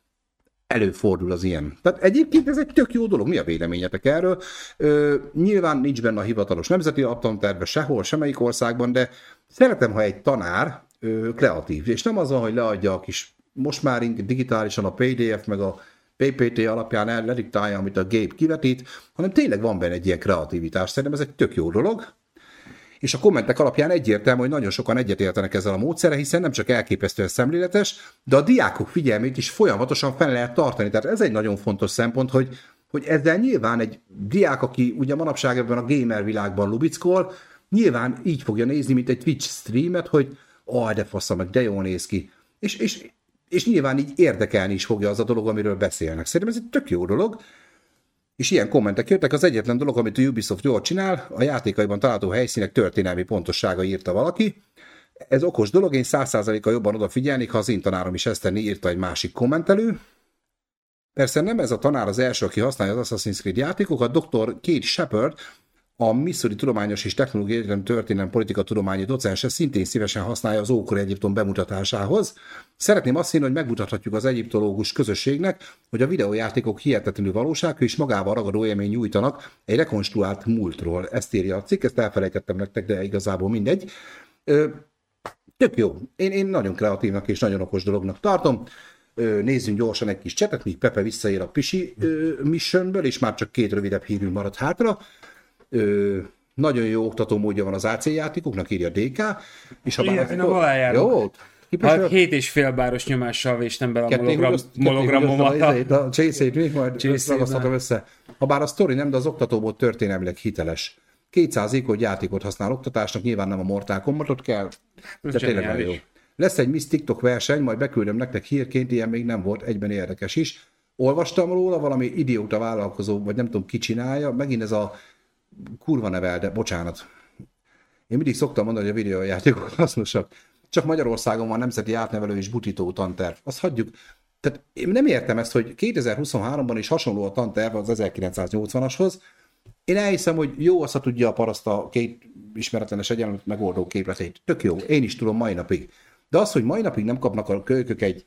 Előfordul az ilyen. Tehát egyébként ez egy tök jó dolog. Mi a véleményetek erről? Ö, nyilván nincs benne a hivatalos nemzeti alaptanterve sehol, semmelyik országban, de szeretem, ha egy tanár ö, kreatív, és nem az, hogy leadja a kis, most már digitálisan a pé dé ef meg a pé pé té alapján el lediktálja, amit a gép kivetít, hanem tényleg van benne egy ilyen kreativitás. Szerintem ez egy tök jó dolog. És a kommentek alapján egyértelmű, hogy nagyon sokan egyetértenek ezzel a módszerrel, hiszen nem csak elképesztően szemléletes, de a diákok figyelmét is folyamatosan fenn lehet tartani. Tehát ez egy nagyon fontos szempont, hogy, hogy ezzel nyilván egy diák, aki ugye manapság ebben a gamer világban lubickol, nyilván így fogja nézni, mint egy Twitch streamet, hogy aj, de fassa meg, de jól néz ki. És, és, és nyilván így érdekelni is fogja az a dolog, amiről beszélnek. Szerintem ez egy tök jó dolog. És ilyen kommentek jöttek, az egyetlen dolog, amit a Ubisoft jól csinál, a játékaiban található helyszínek történelmi pontossága, írta valaki. Ez okos dolog, én száz százalékkal jobban odafigyelnék, ha az én tanárom is ezt tenni, írta egy másik kommentelő. Persze nem ez a tanár az első, aki használja az Assassin's Creed játékokat, doktor Kate Shepard, a Missouri Tudományos és Technológiai Egyetem Történelem Politika Tudományi docense szintén szívesen használja az ókori Egyiptom bemutatásához. Szeretném azt hinni, hogy megmutathatjuk az egyiptológus közösségnek, hogy a videójátékok hihetetlenül valóságú és magával ragadó élmény nyújtanak egy rekonstruált múltról. Ezt írja a cikk, ezt elfelejtettem nektek, de igazából mindegy. Ö, tök jó. Én, én nagyon kreatívnak és nagyon okos dolognak tartom. Ö, nézzünk gyorsan egy kis csetet, míg Pepe visszaér a Pisi ö, missionből, és már csak két rövidebb hírünk maradt hátra. Ö, nagyon jó oktató módja van az á cé játékoknak, írja dé ká. És ha bár én a jó, hát hét és fél báros nyomással véstem bele a hologram, hologramomat. A csészét még majd ragasztatom össze. Ha bár a sztori nem, de az oktatóból történelmileg hiteles. kétszáz ékod játékot használ oktatásnak, nyilván nem a Mortal Kombatot kell, de tényleg nagyon jó. Lesz egy Miss TikTok verseny, majd beküldöm nektek hírként, ilyen még nem volt, egyben érdekes is. Olvastam róla, valami idióta vállalkozó, vagy nem tudom ki csinálja, megint ez a kurva nevel, de bocsánat. Én mindig szoktam mondani, hogy a videójátékok hasznosak. Csak Magyarországon van nemzeti átnevelő és butító tanterv. Azt hagyjuk. Tehát én nem értem ezt, hogy kétezer-huszonháromban is hasonló a tanterv az ezerkilencszáznyolcvanashoz. Én elhiszem, hogy jó, azt tudja a paraszt a két ismeretlenes egyenlet megoldó képletét. Tök jó. Én is tudom mai napig. De az, hogy mai napig nem kapnak a kölykök egy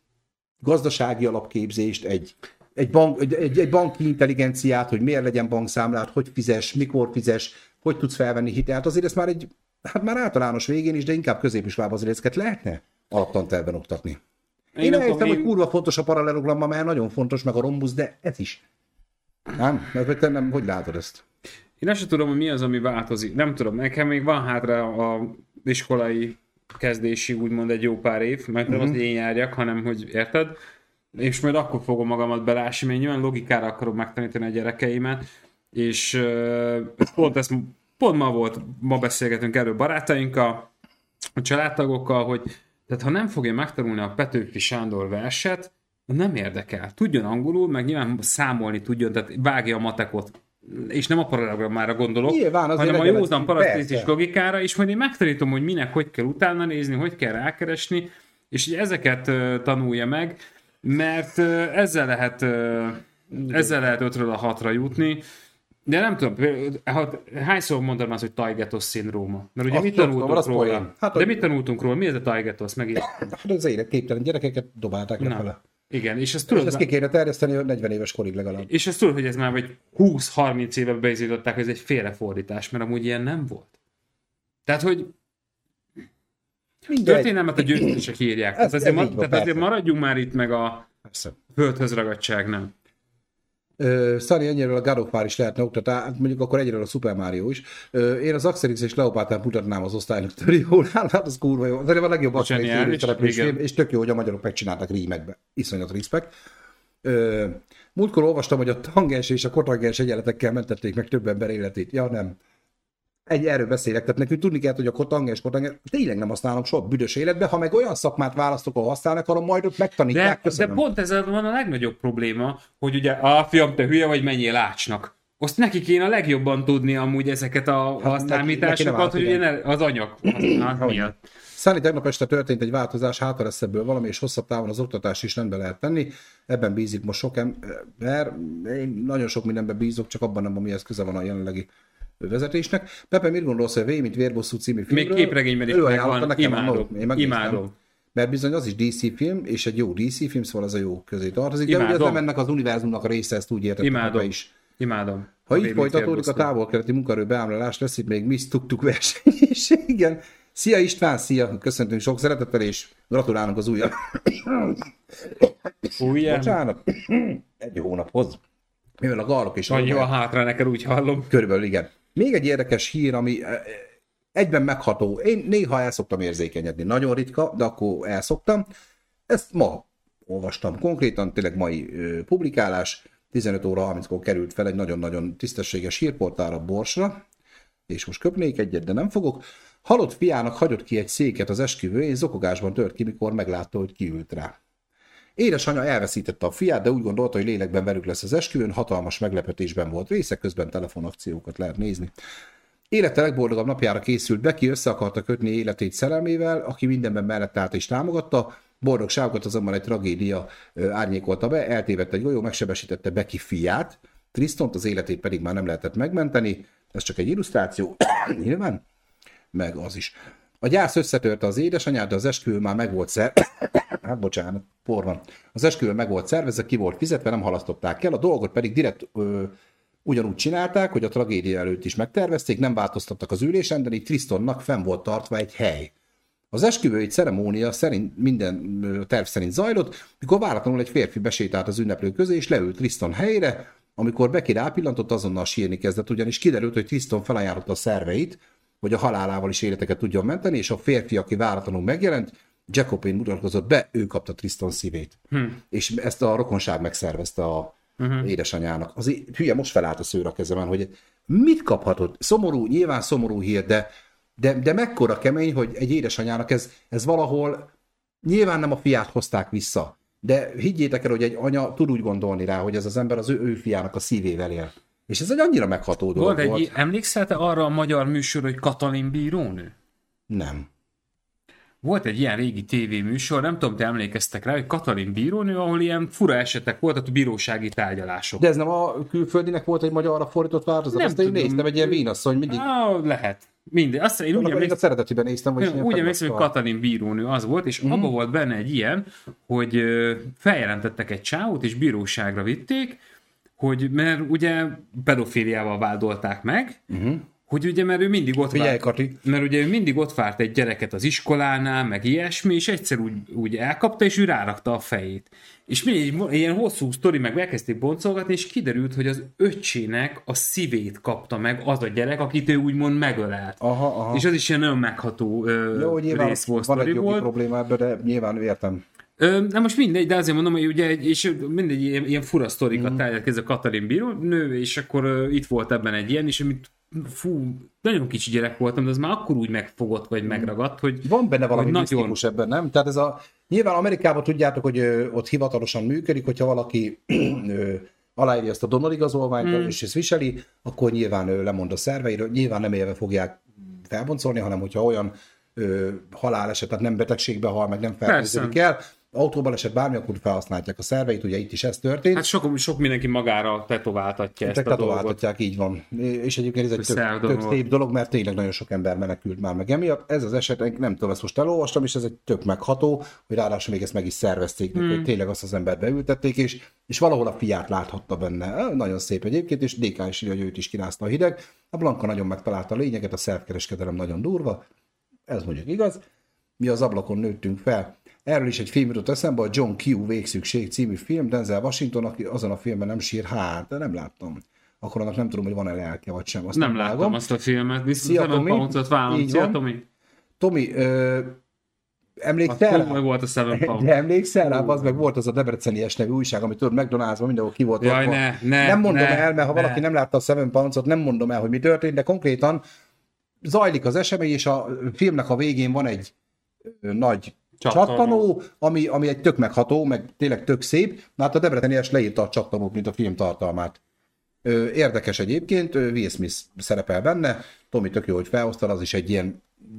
gazdasági alapképzést, egy Egy, bank, egy, egy banki intelligenciát, hogy miért legyen bankszámlát, hogy fizes, mikor fizes, hogy tudsz felvenni hitelt, azért ezt már egy, hát már általános végén is, de inkább középiskolában azért ezeket lehetne alaptantervben oktatni. Én, Én elhiszem, hogy kurva fontos a paralelogramma, mert nagyon fontos, meg a rombusz, de ez is. Nem? Mert te nem, hogy látod ezt? Én azt sem tudom, hogy mi az, ami változik. Nem tudom, nekem még van hátra a iskolai kezdési úgymond egy jó pár év, mert nem uh-huh. az én járjak, hanem hogy érted? És majd akkor fogom magamat belásni, mert nyilván logikára akarom megtanítani a gyerekeimet, és uh, pont, ez, pont ma volt, ma beszélgetünk erről barátainkkal, a családtagokkal, hogy tehát ha nem fogja megtanulni a Petőfi Sándor verset, nem érdekel. Tudjon angolul, meg nyilván számolni tudjon, tehát vágja a matekot, és nem a paralelogrammára gondolok, nyilván, hanem a józan parasztészis logikára, és majd én megtanítom, hogy minek, hogy kell utána nézni, hogy kell rákeresni, és így ezeket uh, tanulja meg, mert uh, ezzel lehet uh, ezzel lehet ötről a hatra jutni, de nem tudom, hányszor mondom azt, hogy Taygetos szindróma? Mert ugye azt mit tanultunk tudom, róla? Hát, de mit tanultunk róla? Mi ez a Taygetos? Megint? Hát az életképtelen gyerekeket dobálták lefele. Igen, és ezt tudod... És ezt ki kéne terjeszteni negyven éves korig legalább. És ezt tudod, hogy ez már vagy húsz-harminc éve beizították, hogy ez egy félrefordítás, mert amúgy ilyen nem volt. Tehát, hogy mindegy. Történelmet a győztesek írják. Ez, tehát azért, ez ma, tehát azért maradjunk már itt meg a persze. Földhöz ragadtság, nem? Uh, Szani, ennyiről a God of War is lehetne oktatni, mondjuk akkor egyről a Super Mario is. Uh, én az Asterix és Kleopátrát mutatnám az osztálynak tök jól, hát az kurva jó. Az a legjobb Asterix település film, és tök jó, hogy a magyarok megcsináltak rímekbe. Iszonyat respekt. Uh, múltkor olvastam, hogy a tangens és a kotangens egyenletekkel mentették meg több ember életét. Ja, nem. Egy erről beszélek, tehát nekünk tudni kell, hogy a kotanger és kotanger tényleg nem használom soha büdös életben, ha meg olyan szakmát választok, ahol használnak, arra majd ott megtanítják. De, de pont ez van a legnagyobb probléma, hogy ugye, a fiam, te hülye vagy, menjél ácsnak. Azt neki kéne a legjobban tudni amúgy ezeket a hát, számításokat, hogy ugye az anyag használat miatt. Szállni tegnap este történt egy változás, hátra lesz ebből valami, és hosszabb távon az oktatás is rendbe lehet tenni. Ebben bízik most sok ember. Én nagyon sok mindenben bízok, csak abban nem, amihez köze van a jelenlegi vezetésnek. Pepe, mit gondolsz, hogy V, mint Vérbosszú című filmről? Még képregényben is megvan, imádom, imádom. Mert bizony az is dé cé film, és egy jó dé cé film, szóval az a jó közé tartozik. Imádom. De ugye ez nem ennek az univerzumnak a része, ezt úgy értettem Pepe is. Imádom. Ha így folytatódik a távol-keleti munkaerő beámlálás, lesz itt még Miss Tuk-Tuk verseny is. Igen. Szia István, szia! Köszöntünk sok szeretettel, és gratulálunk az újabb. Újján? Bocsánat. Egy hónaphoz. Mivel a gallok is... Annyi van hátra neked, úgy hallom. Körülbelül igen. Még egy érdekes hír, ami egyben megható. Én néha el szoktam érzékenyedni. Nagyon ritka, de akkor elszoktam. Ezt ma olvastam konkrétan, tényleg mai ö, publikálás. tizenöt óra harminckor került fel egy nagyon-nagyon tisztességes hírportálra, Borsra. És most köpnék egyet, de nem fogok. Halott fiának hagyott ki egy széket az esküvőjén, zokogásban tört ki, mikor meglátta, hogy kiült rá. Édesanyja elveszítette a fiát, de úgy gondolta, hogy lélekben velük lesz az esküvőn, hatalmas meglepetésben volt része, közben telefonakciókat lehet nézni. Élete legboldogabb napjára készült Becky, össze akarta kötni életét szerelmével, aki mindenben mellett állt és támogatta. Boldogságokat azonban egy tragédia árnyékolta be, eltévedt egy golyó, megsebesítette Becky fiát, Tristont, az életét pedig már nem lehetett megmenteni. Ez csak egy illusztráció, nyilván, meg az is. A gyász összetörte az édesanyát, de az esküvő már meg volt szer... hát bocsánat, por van. Az esküvő meg volt szervezve, ki volt fizetve, nem halasztották el, a dolgot pedig direkt ö, ugyanúgy csinálták, hogy a tragédia előtt is megtervezték, nem változtattak az ülésen, de így Tristonnak fenn volt tartva egy hely. Az esküvői ceremónia szerint minden terv szerint zajlott, mikor váratlanul egy férfi besétált az ünneplő közé, és leült Triston helyére. Amikor Becky rápillantott, azonnal sírni kezdett, ugyanis kiderült, hogy Triston felajánlotta a szerveit, hogy a halálával is életeket tudjon menteni, és a férfi, aki váratlanul megjelent, Jacobin mutatkozott be, ő kapta Triston szívét. Hm. És ezt a rokonság megszervezte a uh-huh. édesanyának. Az hülye, most felállt a szőr a kezemen, hogy mit kaphatod? Szomorú, nyilván szomorú hír, de, de, de mekkora kemény, hogy egy édesanyának ez, ez valahol, nyilván nem a fiát hozták vissza, de higgyétek el, hogy egy anya tud úgy gondolni rá, hogy ez az ember az ő, ő fiának a szívével él. És ez egy annyira megható dolog volt. volt. Egy, emlékszel te arra a magyar műsor, hogy Katalin bírónő? Nem. Volt egy ilyen régi tévéműsor, nem tudom, te emlékeztek rá, hogy Katalin bírónő, ahol ilyen fura esetek voltak, bírósági tárgyalások. De ez nem a külföldinek volt egy magyarra fordított változat? Nem azt tudom. én néztem, egy ilyen vínasszony mindig. Ah, lehet. Minden. Azt én úgy emlékszem, a szeretetiben néztem, hogy úgy emlékszem, hogy Katalin bírónő az volt, és uh-huh. abban volt benne egy ilyen, hogy feljelentettek egy csávót, és bíróságra vitték, hogy mert ugye pedofíliával vádolták meg, uh-huh. hogy ugye, mert ő mindig ott Figyelj, várt, Kati. mert ugye ő mindig ott várt egy gyereket az iskolánál, meg ilyesmi, és egyszer úgy, úgy elkapta, és ő rárakta a fejét. És mindig ilyen hosszú sztori, meg elkezdték boncolgatni, és kiderült, hogy az öccsének a szívét kapta meg az a gyerek, akit ő úgymond megölelt. Aha, aha. És az is ilyen nagyon megható ö, Jó, rész volt. Van egy jogi volt. probléma ebben, de nyilván értem. Ö, na most mindegy, de azért mondom, hogy ugye, és mindegy ilyen, ilyen fura sztorikat mm. tárgyalt ez a Katalin bírónő, és akkor ö, itt volt ebben egy ilyen, és amit fú, nagyon kicsi gyerek voltam, de az már akkor úgy megfogott, vagy megragadt, hogy... Van benne valami nagyon... misztikus ebben, nem? Tehát ez a... Nyilván Amerikában tudjátok, hogy ö, ott hivatalosan működik, hogyha valaki ö, aláírja ezt a donorigazolványt, mm. és ezt viseli, akkor nyilván ö, lemond a szerveiről, nyilván nem élve fogják felboncolni, hanem hogyha olyan ö, haláleset, tehát nem betegségbe hal, meg nem fertőződik el, autóbaleset bármi, akkor felhasználják a szerveit, ugye itt is ez történt. Hát sok, sok mindenki magára tetováltatja ezt a dolgot. Tetováltatják, így van. És egyébként ez egy tök, tök szép dolog, mert tényleg nagyon sok ember menekült már meg emiatt. Ez az eset, nem tudom, ezt most elolvastam, és ez egy tök megható, hogy ráadásul még ezt meg is szervezték, hmm. hogy tényleg azt az embert beültették, és, és valahol a fiát láthatta benne. Nagyon szép egyébként, és dé ká is írja, hogy őt is kirázta a hideg. A Blanka nagyon megtalálta a lényeget, a szervkereskedelem nagyon durva. Ez mondjuk igaz. Mi az ablakon nőttünk fel. Erről is egy film jutott eszembe, a John Q. Végszükség című film, Denzel Washington, aki azon a filmben nem sír, hát, de nem láttam. Akkor annak nem tudom, hogy van-e lelke, vagy sem. Azt nem, nem láttam azt a filmet, viszont Szia, Tomi. Szia, Tomi. Tomi, ö, emlékszel rá? Meg volt a Seven Pound. De emlékszel rá? Az meg volt az a Debreceni es nevű újság, amit tudod, McDonald'sban mindenhol ki volt. Jaj, ne, ne, nem mondom ne, el, mert ha ne. valaki nem látta a Seven Pounds-ot, nem mondom el, hogy mi történt, de konkrétan zajlik az esemény, és a filmnek a végén van egy nagy Csattanó. csattanó, ami, ami egy tök megható, meg tényleg tök szép. Na hát a debrecenies leírta a csattanót, mint a film tartalmát. Érdekes egyébként, Will Smith szerepel benne, Tomi tök jó, hogy felhoztad, az is egy ilyen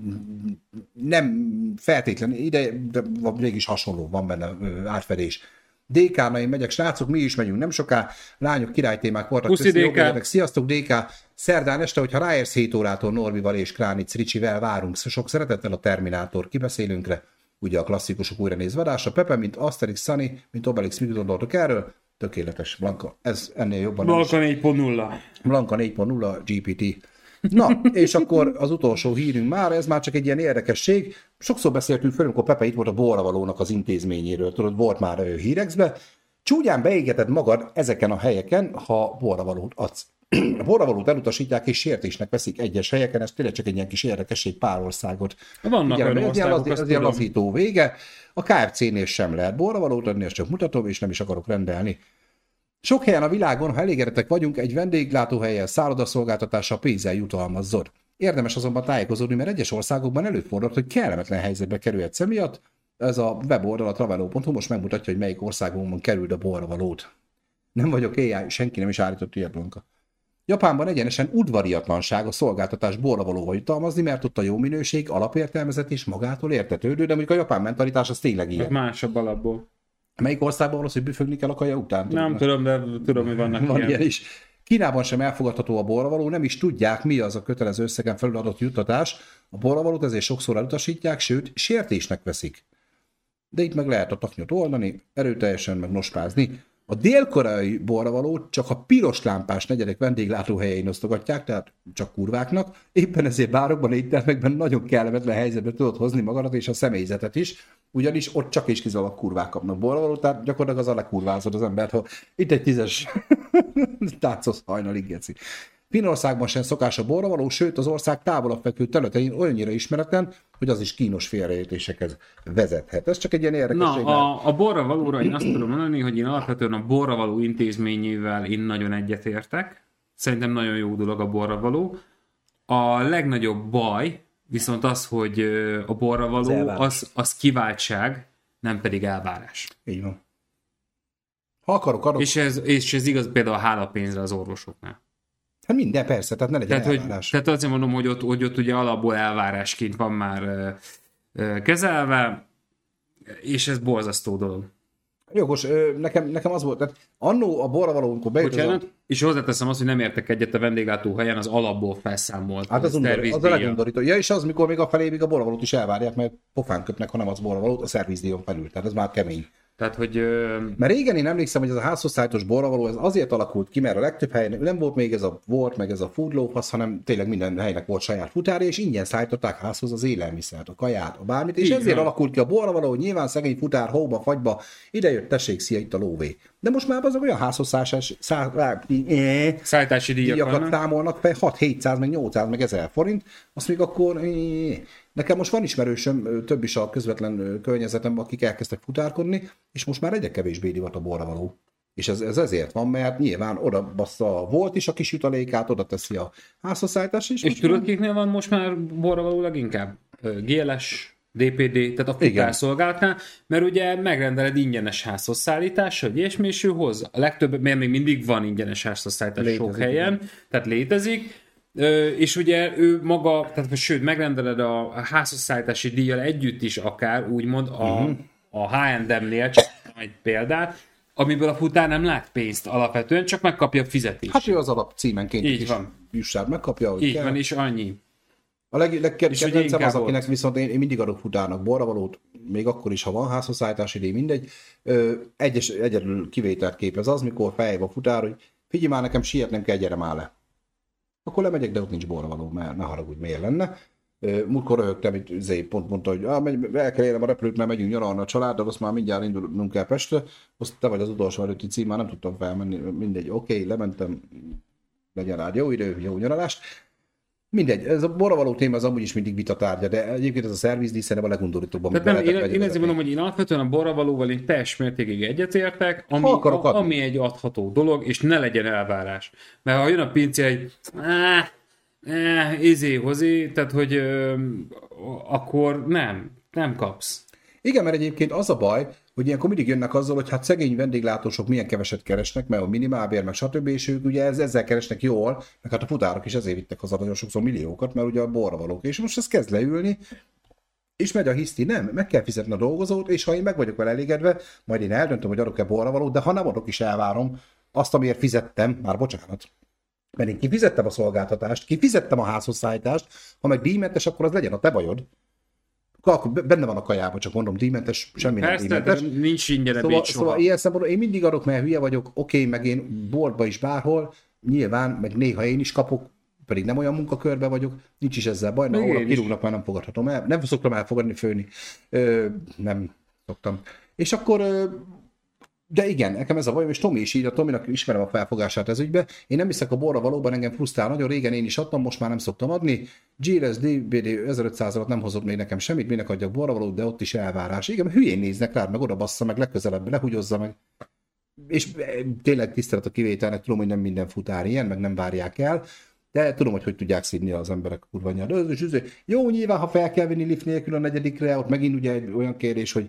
nem feltétlenül ide, de mégis hasonló, van benne átfedés. dé ká-na én megyek, srácok, mi is megyünk nem soká, lányok királytémák voltak. Puszi dé ká. Sziasztok dé ká, szerdán este, hogyha ráérsz hét órától Norbival és Kránic Ricsivel várunk, sok szeretettel a Terminátor kibeszélünkre, ugye a klasszikusok újra nézve adása, Pepe, mint Asterix, Sunny, mint Obelix, mit gondoltok erről? Tökéletes, Blanka, ez ennél jobban Blanka négy pont nulla. Blanka négy pont nulla gé pé té. Na, és akkor az utolsó hírünk már, ez már csak egy ilyen érdekesség. Sokszor beszéltünk föl, amikor Pepe itt volt a borravalónak az intézményéről, tudod, volt már hírekbe. Csúgyán beégeted magad ezeken a helyeken, ha borravalót adsz. A borravalót elutasítják és sértésnek veszik egyes helyeken, ez tényleg csak egy ilyen kis érdekesség, pár országot. Vannak olyan országok, ez ilyen lazító vége. A ká ef cé-nél sem lehet borravalót adni, ezt csak mutatom, és nem is akarok rendelni. Sok helyen a világon, ha elégedettek vagyunk, egy vendéglátóhelyen szállodaszolgáltatással pénzzel jutalmazzod. Érdemes azonban tájékozódni, mert egyes országokban előfordult, hogy kellemetlen helyzetbe kerülhetsz emiatt. Ez a weboldal, a travello pont hu most megmutatja, hogy melyik országokban került a borravalót. Nem vagyok á i, senki nem is állított ilyet, Blanka. Japánban egyenesen udvariatlanság a szolgáltatás borravalóval jutalmazni, mert ott a jó minőség, alapértelmezett és magától értetődő, de mondjuk a japán mentalitás az tényleg ilyen. Másabb alapból. Melyik országban van az, hogy büfögni kell a kaja után? Nem tudom, de tudom, hogy vannak van ilyen. ilyen is. Kínában sem elfogadható a borravaló, nem is tudják, mi az a kötelező összegen felül adott juttatás. A borravalót ezért sokszor elutasítják, sőt, sértésnek veszik. De itt meg lehet a taknyot oldani, erőteljesen meg nospázni. A dél-koreai borravalót csak a piros lámpás negyedek vendéglátóhelyein osztogatják, tehát csak kurváknak. Éppen ezért bárokban, éttermekben nagyon kellemetlen helyzetbe tudod hozni magadat és a személyzetet is, ugyanis ott csak és kizárólag kurvák kapnak borravalót, tehát gyakorlatilag az a lekurvázod az embert, ha itt egy tízes táncos hajnalig geci. Finnországban sem szokás a borravaló, sőt az ország távolabb fekvő területein olyannyira ismeretlen, hogy az is kínos félreértésekhez vezethet. Ez csak egy ilyen érdekesség. Na, a, a borravalóra én azt tudom mondani, hogy én alapvetően a borravaló intézményével én nagyon egyetértek. Szerintem nagyon jó dolog a borravaló. A legnagyobb baj viszont az, hogy a borravaló az, az, az kiváltság, nem pedig elvárás. Így van. Ha akarok, adok. És ez, és ez igaz például a hálapénzre az orvosoknál. Hát minden, persze, tehát ne legyen tehát, elvárás. Hogy, tehát azért mondom, hogy ott, hogy ott ugye alapból elvárásként van már ö, ö, kezelve, és ez borzasztó dolog. Jogos, nekem, nekem az volt, tehát annó a borravaló, amikor beütözött... A... És hozzáteszem azt, hogy nem értek egyet a vendéglátóhelyen, az alapból felszámolt. Hát az, undor, az a legundorító. Ja, és az, mikor még a felé még a borravalót is elvárják, mert pofán köpnek, ha nem az borravalót, a szervizdíjon felül. Tehát ez már kemény. Tehát, hogy... Ö... Mert régen én emlékszem, hogy ez a házhozszállítós borravaló ez azért alakult ki, mert a legtöbb helyen nem volt még ez a volt, meg ez a foodloaf, hanem tényleg minden helynek volt saját futárja, és ingyen szállították házhoz az élelmiszert, a kaját, a bármit, és így ezért van. Alakult ki a borravaló, hogy nyilván szegény futár hóba, fagyba, idejött, tessék, szia, itt a lóvé. De most már azok olyan házhozszállítás szállítási díjakat támolnak fel, hat-hétszáz, meg nyolcszáz, meg ezer forint, azt még akkor... Nekem most van ismerősöm, több is a közvetlen környezetemben, akik elkezdtek futárkodni, és most már egyre kevésbé divat a borravaló. És ez, ez ezért van, mert nyilván oda bassza a volt is a kis jutalékát, oda teszi a házhozszállítás is. És tudod, kiknél van most már borravaló leginkább? gé el es, dé pé dé, tehát a futárszolgálatnál, mert ugye megrendeled ingyenes házhozszállítás, hogy ilyesmi, és ő hoz. A legtöbb, mert még mindig van ingyenes házhozszállítás létezik, sok helyen, igen. Tehát létezik. Ö, és ugye ő maga, tehát sőt, megrendeled a házhozszállítási díjjal együtt is akár, úgymond a, uh-huh. a há és em-nél, csak egy példát, amiből a futár nem lát pénzt alapvetően, csak megkapja a fizetést. Hát ő az alap címenként így is van. Jussát megkapja, hogy így kell. van, és annyi. A legkedvencem az, akinek volt. Viszont én, én mindig adok futárnak borravalót, még akkor is, ha van házhozszállítási díj, mindegy. Ö, egyes, egyedül kivételt képez az, mikor feljebb a futár, hogy figyelj már, nekem sietnem kell, gyere már le. Akkor lemegyek, de ott nincs borravaló, mert ne haragudj, miért lenne. Múltkor röhögtem, hogy Zé pont mondta, hogy ah, el kell élnem a repülőt, mert megyünk nyaralni a családdal, azt már mindjárt indulunk el Pestre. Azt te vagy az utolsó előtti cím, már nem tudtam felmenni, mindegy, oké, okay, lementem, legyen rád jó idő, jó nyaralást. Mindegy, ez a borravaló téma az amúgy is mindig vita tárgya, de egyébként ez a szervizdíj szerintem a legundorítóbb, amit nem, én, én ezért mondom, hogy én alapvetően a borravalóval én teljes mértékig egyetértek, ami, a, ami egy adható dolog, és ne legyen elvárás. Mert ha jön a pincér, hogy Eh, izé, hozi, tehát hogy ö, akkor nem, nem kapsz. Igen, mert egyébként az a baj, hogy ilyenkor mindig jönnek azzal, hogy hát szegény vendéglátósok milyen keveset keresnek, mert a minimálbér, meg stb. És ők ugye ezzel keresnek jól, meg hát a futárok is ezért vittek haza nagyon sokszor milliókat, mert ugye a borra valók. És most ez kezd leülni, és megy a hiszti, nem, meg kell fizetni a dolgozót, és ha én meg vagyok vele elégedve, majd én eldöntöm, hogy adok-e borra valót, de ha nem adok is, elvárom azt, amiért fizettem, már bocsánat. Mert én kifizettem a szolgáltatást, kifizettem a házhozszállítást, ha meg díjmentes, akkor az legyen a te bajod. Akkor benne van a kajában, csak mondom, díjmentes, semmi nem Persze, díjmentes. nincs ingyen Szóval, ebéd soha. szóval ilyen szempontból én mindig adok, mert hülye vagyok, oké, meg én boltba is bárhol, nyilván, meg néha én is kapok, pedig nem olyan munkakörben vagyok, nincs is ezzel baj, na, ahol a kirúgnak már nem fogadhatom el, nem szoktam elfogadni, főni, ö, nem szoktam. És akkor, ö, de igen, nekem ez a bajom, és Tomi is így, a Tominak ismerem a felfogását ez ügybe, én nem hiszek a borra valóban, engem frusztrál, nagyon régen én is adtam, most már nem szoktam adni, gé el es dé bé dé ezerötszáz alatt nem hozott még nekem semmit, minek adjak borra valót, de ott is elvárás. Igen, hülyén néznek rád, meg oda bassza, meg legközelebb lehúgyozza meg. És tényleg tisztelet a kivételnek, tudom, hogy nem minden futár ilyen, meg nem várják el, de tudom, hogy hogy tudják szídni az emberek kurva anyját. Jó, nyilván, ha fel kell vinni lift nélkül a negyedikre, ott megint ugye egy olyan kérdés, hogy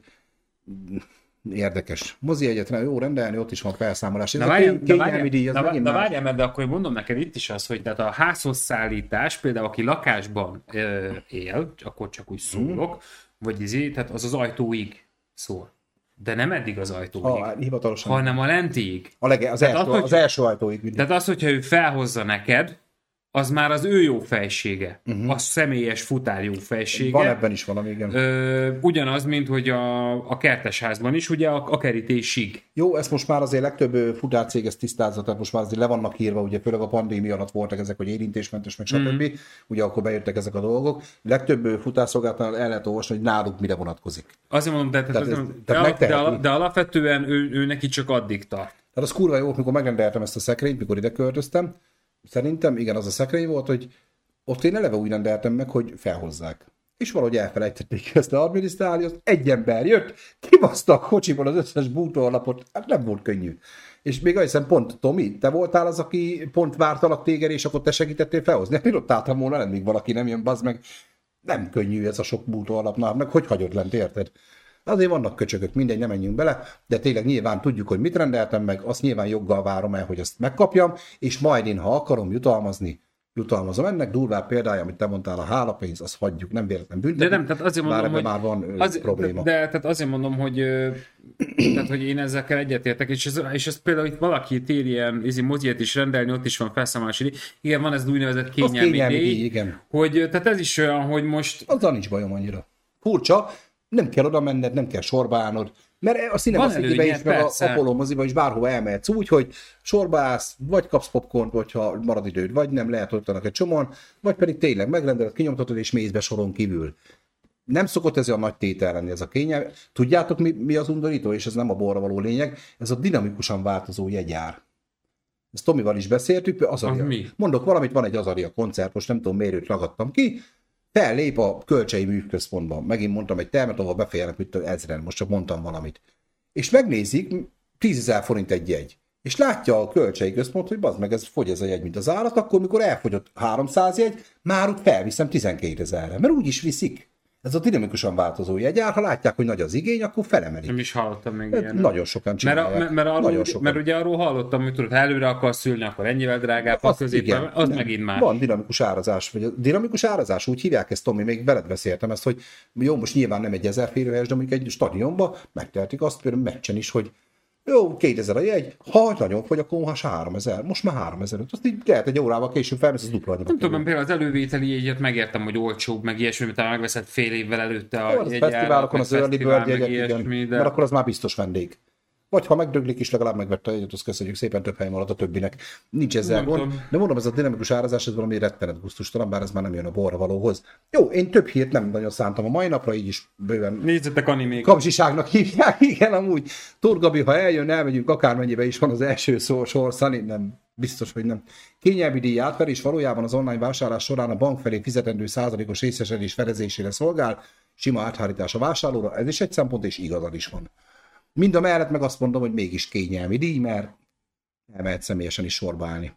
érdekes. Mozi egyetem, jó rendelni, ott is van felszámolás. Ez Na a várjál, kény- de kényelmi várjál, díj, az de vá- megint de más. várjál, mert de akkor én mondom neked itt is az, hogy tehát a házhoz szállítás, például aki lakásban ö, él, akkor csak úgy szólok, hmm. vagy izé, tehát az az ajtóig szól. De nem eddig az ajtóig, Ha, hivatalosan. hanem a lentiig. A lege, az, Tehát első, az, hogy- az első ajtóig. mindig. Tehát az, hogyha ő felhozza neked, az már az ő jó fejsége. Mhm. Uh-huh. A személyes futár jó fejsége. Van ebben is valami, igen. Ö, ugyanaz, mint hogy a, a kertesházban is, ugye a, a kerítésig. Jó, ezt most már azért legtöbb ö, futárcég ezt tisztázza, tehát most már azért le vannak írva, ugye főleg a pandémia alatt voltak ezek, hogy érintésmentes, meg stb. Mm. Ugye akkor bejöttek ezek a dolgok. Legtöbb ö, futárszolgálatnál el lehet olvasni, hogy náluk mire vonatkozik. Azért mondom, de, tehát Tehát azért ez- mondom, tehát de, de, megteheti. al- de alapvetően ő, ő neki csak addig tart. Tehát az kurva jó, mikor megrendeltem ezt a szekrényt, mikor ide költöztem. Szerintem, igen, az a szekrény volt, hogy ott én eleve úgy rendeltem meg, hogy felhozzák. És valahogy elfelejtették ezt a adminisztrálni, az egy ember jött, kibaszta a kocsiból az összes bútorlapot, hát nem volt könnyű. És még azt hiszem, pont Tomi, te voltál az, aki pont vártalak téged, és akkor te segítettél felhozni. Hát én ott álltam volna, nem még valaki nem jön, bazd meg. Nem könnyű ez a sok bútorlapnál, meg hogy hagyod lent, érted? Azért vannak köcsögök, mindegy, nem menjünk bele, de tényleg nyilván tudjuk, hogy mit rendeltem meg, azt nyilván joggal várom el, hogy azt megkapjam, és majd én, ha akarom jutalmazni, jutalmazom. Ennek durvább példája, amit te mondtál, a hálapénz, azt hagyjuk, nem véletlen büntetni. De nem, tehát azért bár mondom, ebben hogy... már van az, probléma. De, de tehát azért mondom, hogy, ö, tehát, hogy én ezekkel egyetértek, és ez, és ez például itt valaki tér ilyen izi moziét is rendelni, ott is van felszámolási díj. Igen, van ez az úgynevezett kényelmi, kényelmi díj, díj, igen. hogy tehát ez is olyan, hogy most Azzal nincs bajom annyira. Furcsa, nem kell oda menned, nem kell sorba állnod, mert a Cinema Van City-be előnye, is, meg a persze. Apollo moziba is bárhova elmehetsz úgy, hogy sorba állsz, vagy kapsz popcornt, hogyha marad időd, vagy nem, lehet ott vannak egy csomóan, vagy pedig tényleg megrendeled, kinyomtatod és mész be soron kívül. Nem szokott ez a nagy tétel lenni, ez a kényelm. Tudjátok, mi, mi az undorító, és ez nem a borra való lényeg, ez a dinamikusan változó jegyár. Ezt Tomival is beszéltük, Azaria. Az mi? Mondok valamit, van egy Azaria koncert, most nem tudom, miért őt ragadtam ki, fellép a Kölcsei Műközpontban. Megint mondtam egy termet, ahol beférnek, mint ezren, most csak mondtam valamit. És megnézik, tízezer forint egy jegy. És látja a Kölcsei Központ, hogy bazd meg, ez fogy ez a jegy, mint az állat, akkor mikor elfogyott háromszáz jegy, már ott felviszem tizenkétezerre, mert úgy is viszik. Ez a dinamikusan változó jegyár, ha látják, hogy nagy az igény, akkor felemelik. nem is hallottam még Hát ilyen. nagyon sokan Mert, csinálják. a, mert, mert, arról, nagyon ugye, sokan. mert ugye arról hallottam, hogy tudod, ha előre akarsz ülni, akkor ennyivel drágább, a Az középen, igen, az nem. megint más. Van dinamikus árazás, vagy a dinamikus árazás, úgy hívják ezt, Tomi, még veled beszéltem ezt, hogy jó, most nyilván nem egy ezer férőhelyes, de mondjuk egy stadionba megtehetik azt, például meccsen is, hogy jó, kétezer a jegy, ha nagyon fogy, akkor has háromezer, most már háromezer-öt, azt így lehet egy órával később felmész, az dupla annyiba Nem tudom, kerül. például az elővételi jegyet megértem, hogy olcsóbb, meg ilyesmi, mint megveszed fél évvel előtte a Jó, az jegyárat, fesztiválokon meg az early fesztivál, bird meg jegyek, ilyesmi, igen, de... mert akkor az már biztos vendég. Vagy ha megdöglik is, legalább megvette a jegyet, azt köszönjük szépen, több hely maradt a többinek. Nincs ezzel Nem gond. tudom. De mondom, ez a dinamikus árazás, ez valami rettenet gusztustalan, bár ez már nem jön a borra valóhoz. Jó, én több hírt nem nagyon szántam a mai napra, így is bőven Nézzetek animék. kapzsiságnak hívják, igen, amúgy. Tóth Gabi, ha eljön, elmegyünk, akármennyibe is van az első szó, sor, Szani, nem, biztos, hogy nem. Kényelmi díj átverés valójában az online vásárlás során a bank felé fizetendő százalékos részesedés fedezésére szolgál, sima áthárítás a vásárlóra, ez is egy szempont, és igazad is van. Mind a mellett meg azt mondom, hogy mégis kényelmi díj, mert elmehet személyesen is sorba állni.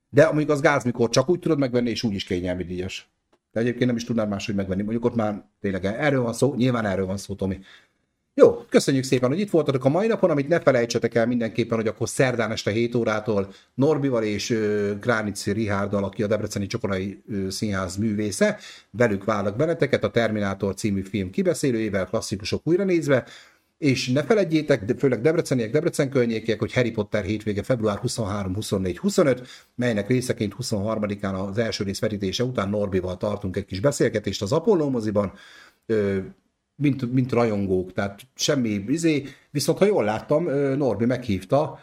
De mondjuk az gáz, mikor csak úgy tudod megvenni, és úgy is kényelmi díjas. De egyébként nem is tudnád máshogy megvenni. Mondjuk ott már tényleg erről van szó, nyilván erről van szó, Tomi. Jó, köszönjük szépen, hogy itt voltatok a mai napon, amit ne felejtsetek el mindenképpen, hogy akkor szerdán este hét órától Norbival és uh, Kránici Richárddal, aki a Debreceni Csokonai uh, Színház művésze, velük várlak benneteket a Terminátor című film kibeszélőjével, klasszikusok újra nézve, és ne feledjétek, de főleg debreceniek, Debrecen környékiek, hogy Harry Potter hétvége február huszonhárom, huszonnégy, huszonöt, melynek részeként huszonharmadikán az első rész vetítése után Norbival tartunk egy kis beszélgetést az Apollo moziban, uh, Mint, mint rajongók, tehát semmi izé, viszont ha jól láttam, Norbi meghívta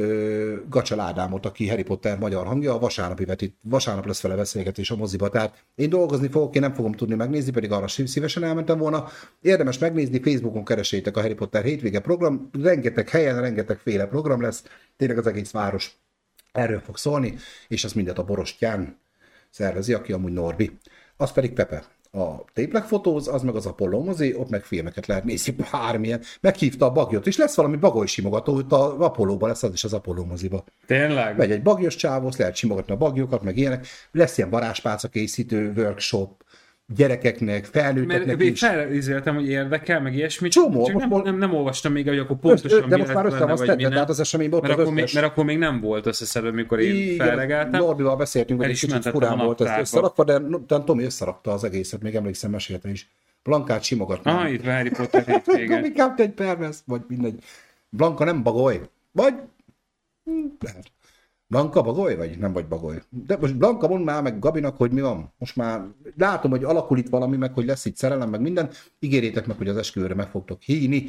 Gacsal Ádámot, aki Harry Potter magyar hangja, a vasárnapi vetít, vasárnap lesz vele beszélgetés a moziba, tehát én dolgozni fogok, én nem fogom tudni megnézni, pedig arra szívesen elmentem volna. Érdemes megnézni, Facebookon keresétek a Harry Potter hétvége program, rengeteg helyen, rengeteg féle program lesz, tényleg az egész város erről fog szólni, és ez mindet a Borostyán szervezi, aki amúgy Norbi. Az pedig Pepe. A Téplek fotóz, az meg az Apollo mozi, ott meg filmeket lehet nézni, bármilyen. Meghívta a Bagyot, és lesz valami bagoly simogató, itt az Apollóban lesz, az is az Apollo moziba. Tényleg? Megy egy bagyos csávósz, lehet simogatni a bagyokat, meg ilyenek. Lesz ilyen varázspálca készítő workshop, gyerekeknek, felnőtteknek mert is. Felizéltem, hogy érdekel, meg ilyesmit. Csomó, csak nem, most- nem, nem, olvastam még, hogy akkor pontosan de mi most már lett össze benne, azt vagy tette, minden. tehát az eseményben ott Mert az akkor, még, összes. mert akkor még nem volt összeszedve, mikor én Igen, felregeltem. Norbival beszéltünk, hogy El egy is kicsit mentettem furán a volt ez naptárba. összerakva, de, de Tomi összerakta az egészet, még emlékszem, mesélte is. Blankát simogatni. Ah, itt van Harry Potter hétvége. Inkább egy pervez, vagy mindegy. Blanka nem bagoly. Vagy... hm, lehet. Blanka bagoly, vagy nem vagy bagoly? De most Blanka, mondd már meg Gabinak, hogy mi van. Most már látom, hogy alakul itt valami, meg hogy lesz itt szerelem, meg minden. Ígérjétek meg, hogy az esküvőre meg fogtok híni.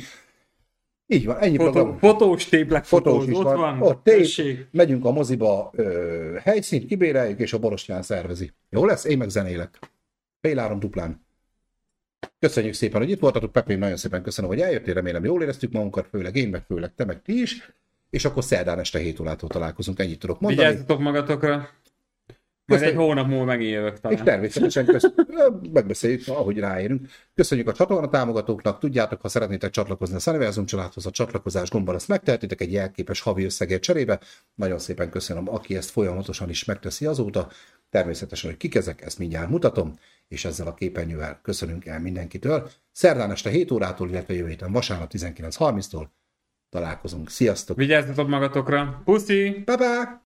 Így van, ennyi Fotó, program. fotós téplek, Fotós fotós, is ott van. van. Ott tép, Tessék. megyünk a moziba, ö, helyszínt kibéreljük, és a Borostyán szervezi. Jó lesz? Én meg zenélek. Féláron duplán. Köszönjük szépen, hogy itt voltatok, Pepém, nagyon szépen köszönöm, hogy eljöttél, remélem jól éreztük magunkat, főleg én, meg főleg te, meg ti is, és akkor szerdán este hét órától találkozunk, ennyit tudok mondani. Vigyázzatok magatokra. Majd egy Köszönjük. hónap múlva megint jövök És talán. természetesen kösz... megbeszéljük, ahogy ráérünk. Köszönjük a csatorna támogatóknak, tudjátok, ha szeretnétek csatlakozni a Szeniverzum családhoz, a csatlakozás gombbal ezt megtehetitek egy jelképes havi összegért cserébe. Nagyon szépen köszönöm, aki ezt folyamatosan is megteszi azóta. Természetesen, hogy kik ezek, ezt mindjárt mutatom, és ezzel a képernyővel köszönünk el mindenkitől. Szerdán este hét órától, illetve jövő héten vasárnap tizenkilenc harminctól találkozunk. Sziasztok! Vigyázzatok magatokra. Puszi! Bye-bye!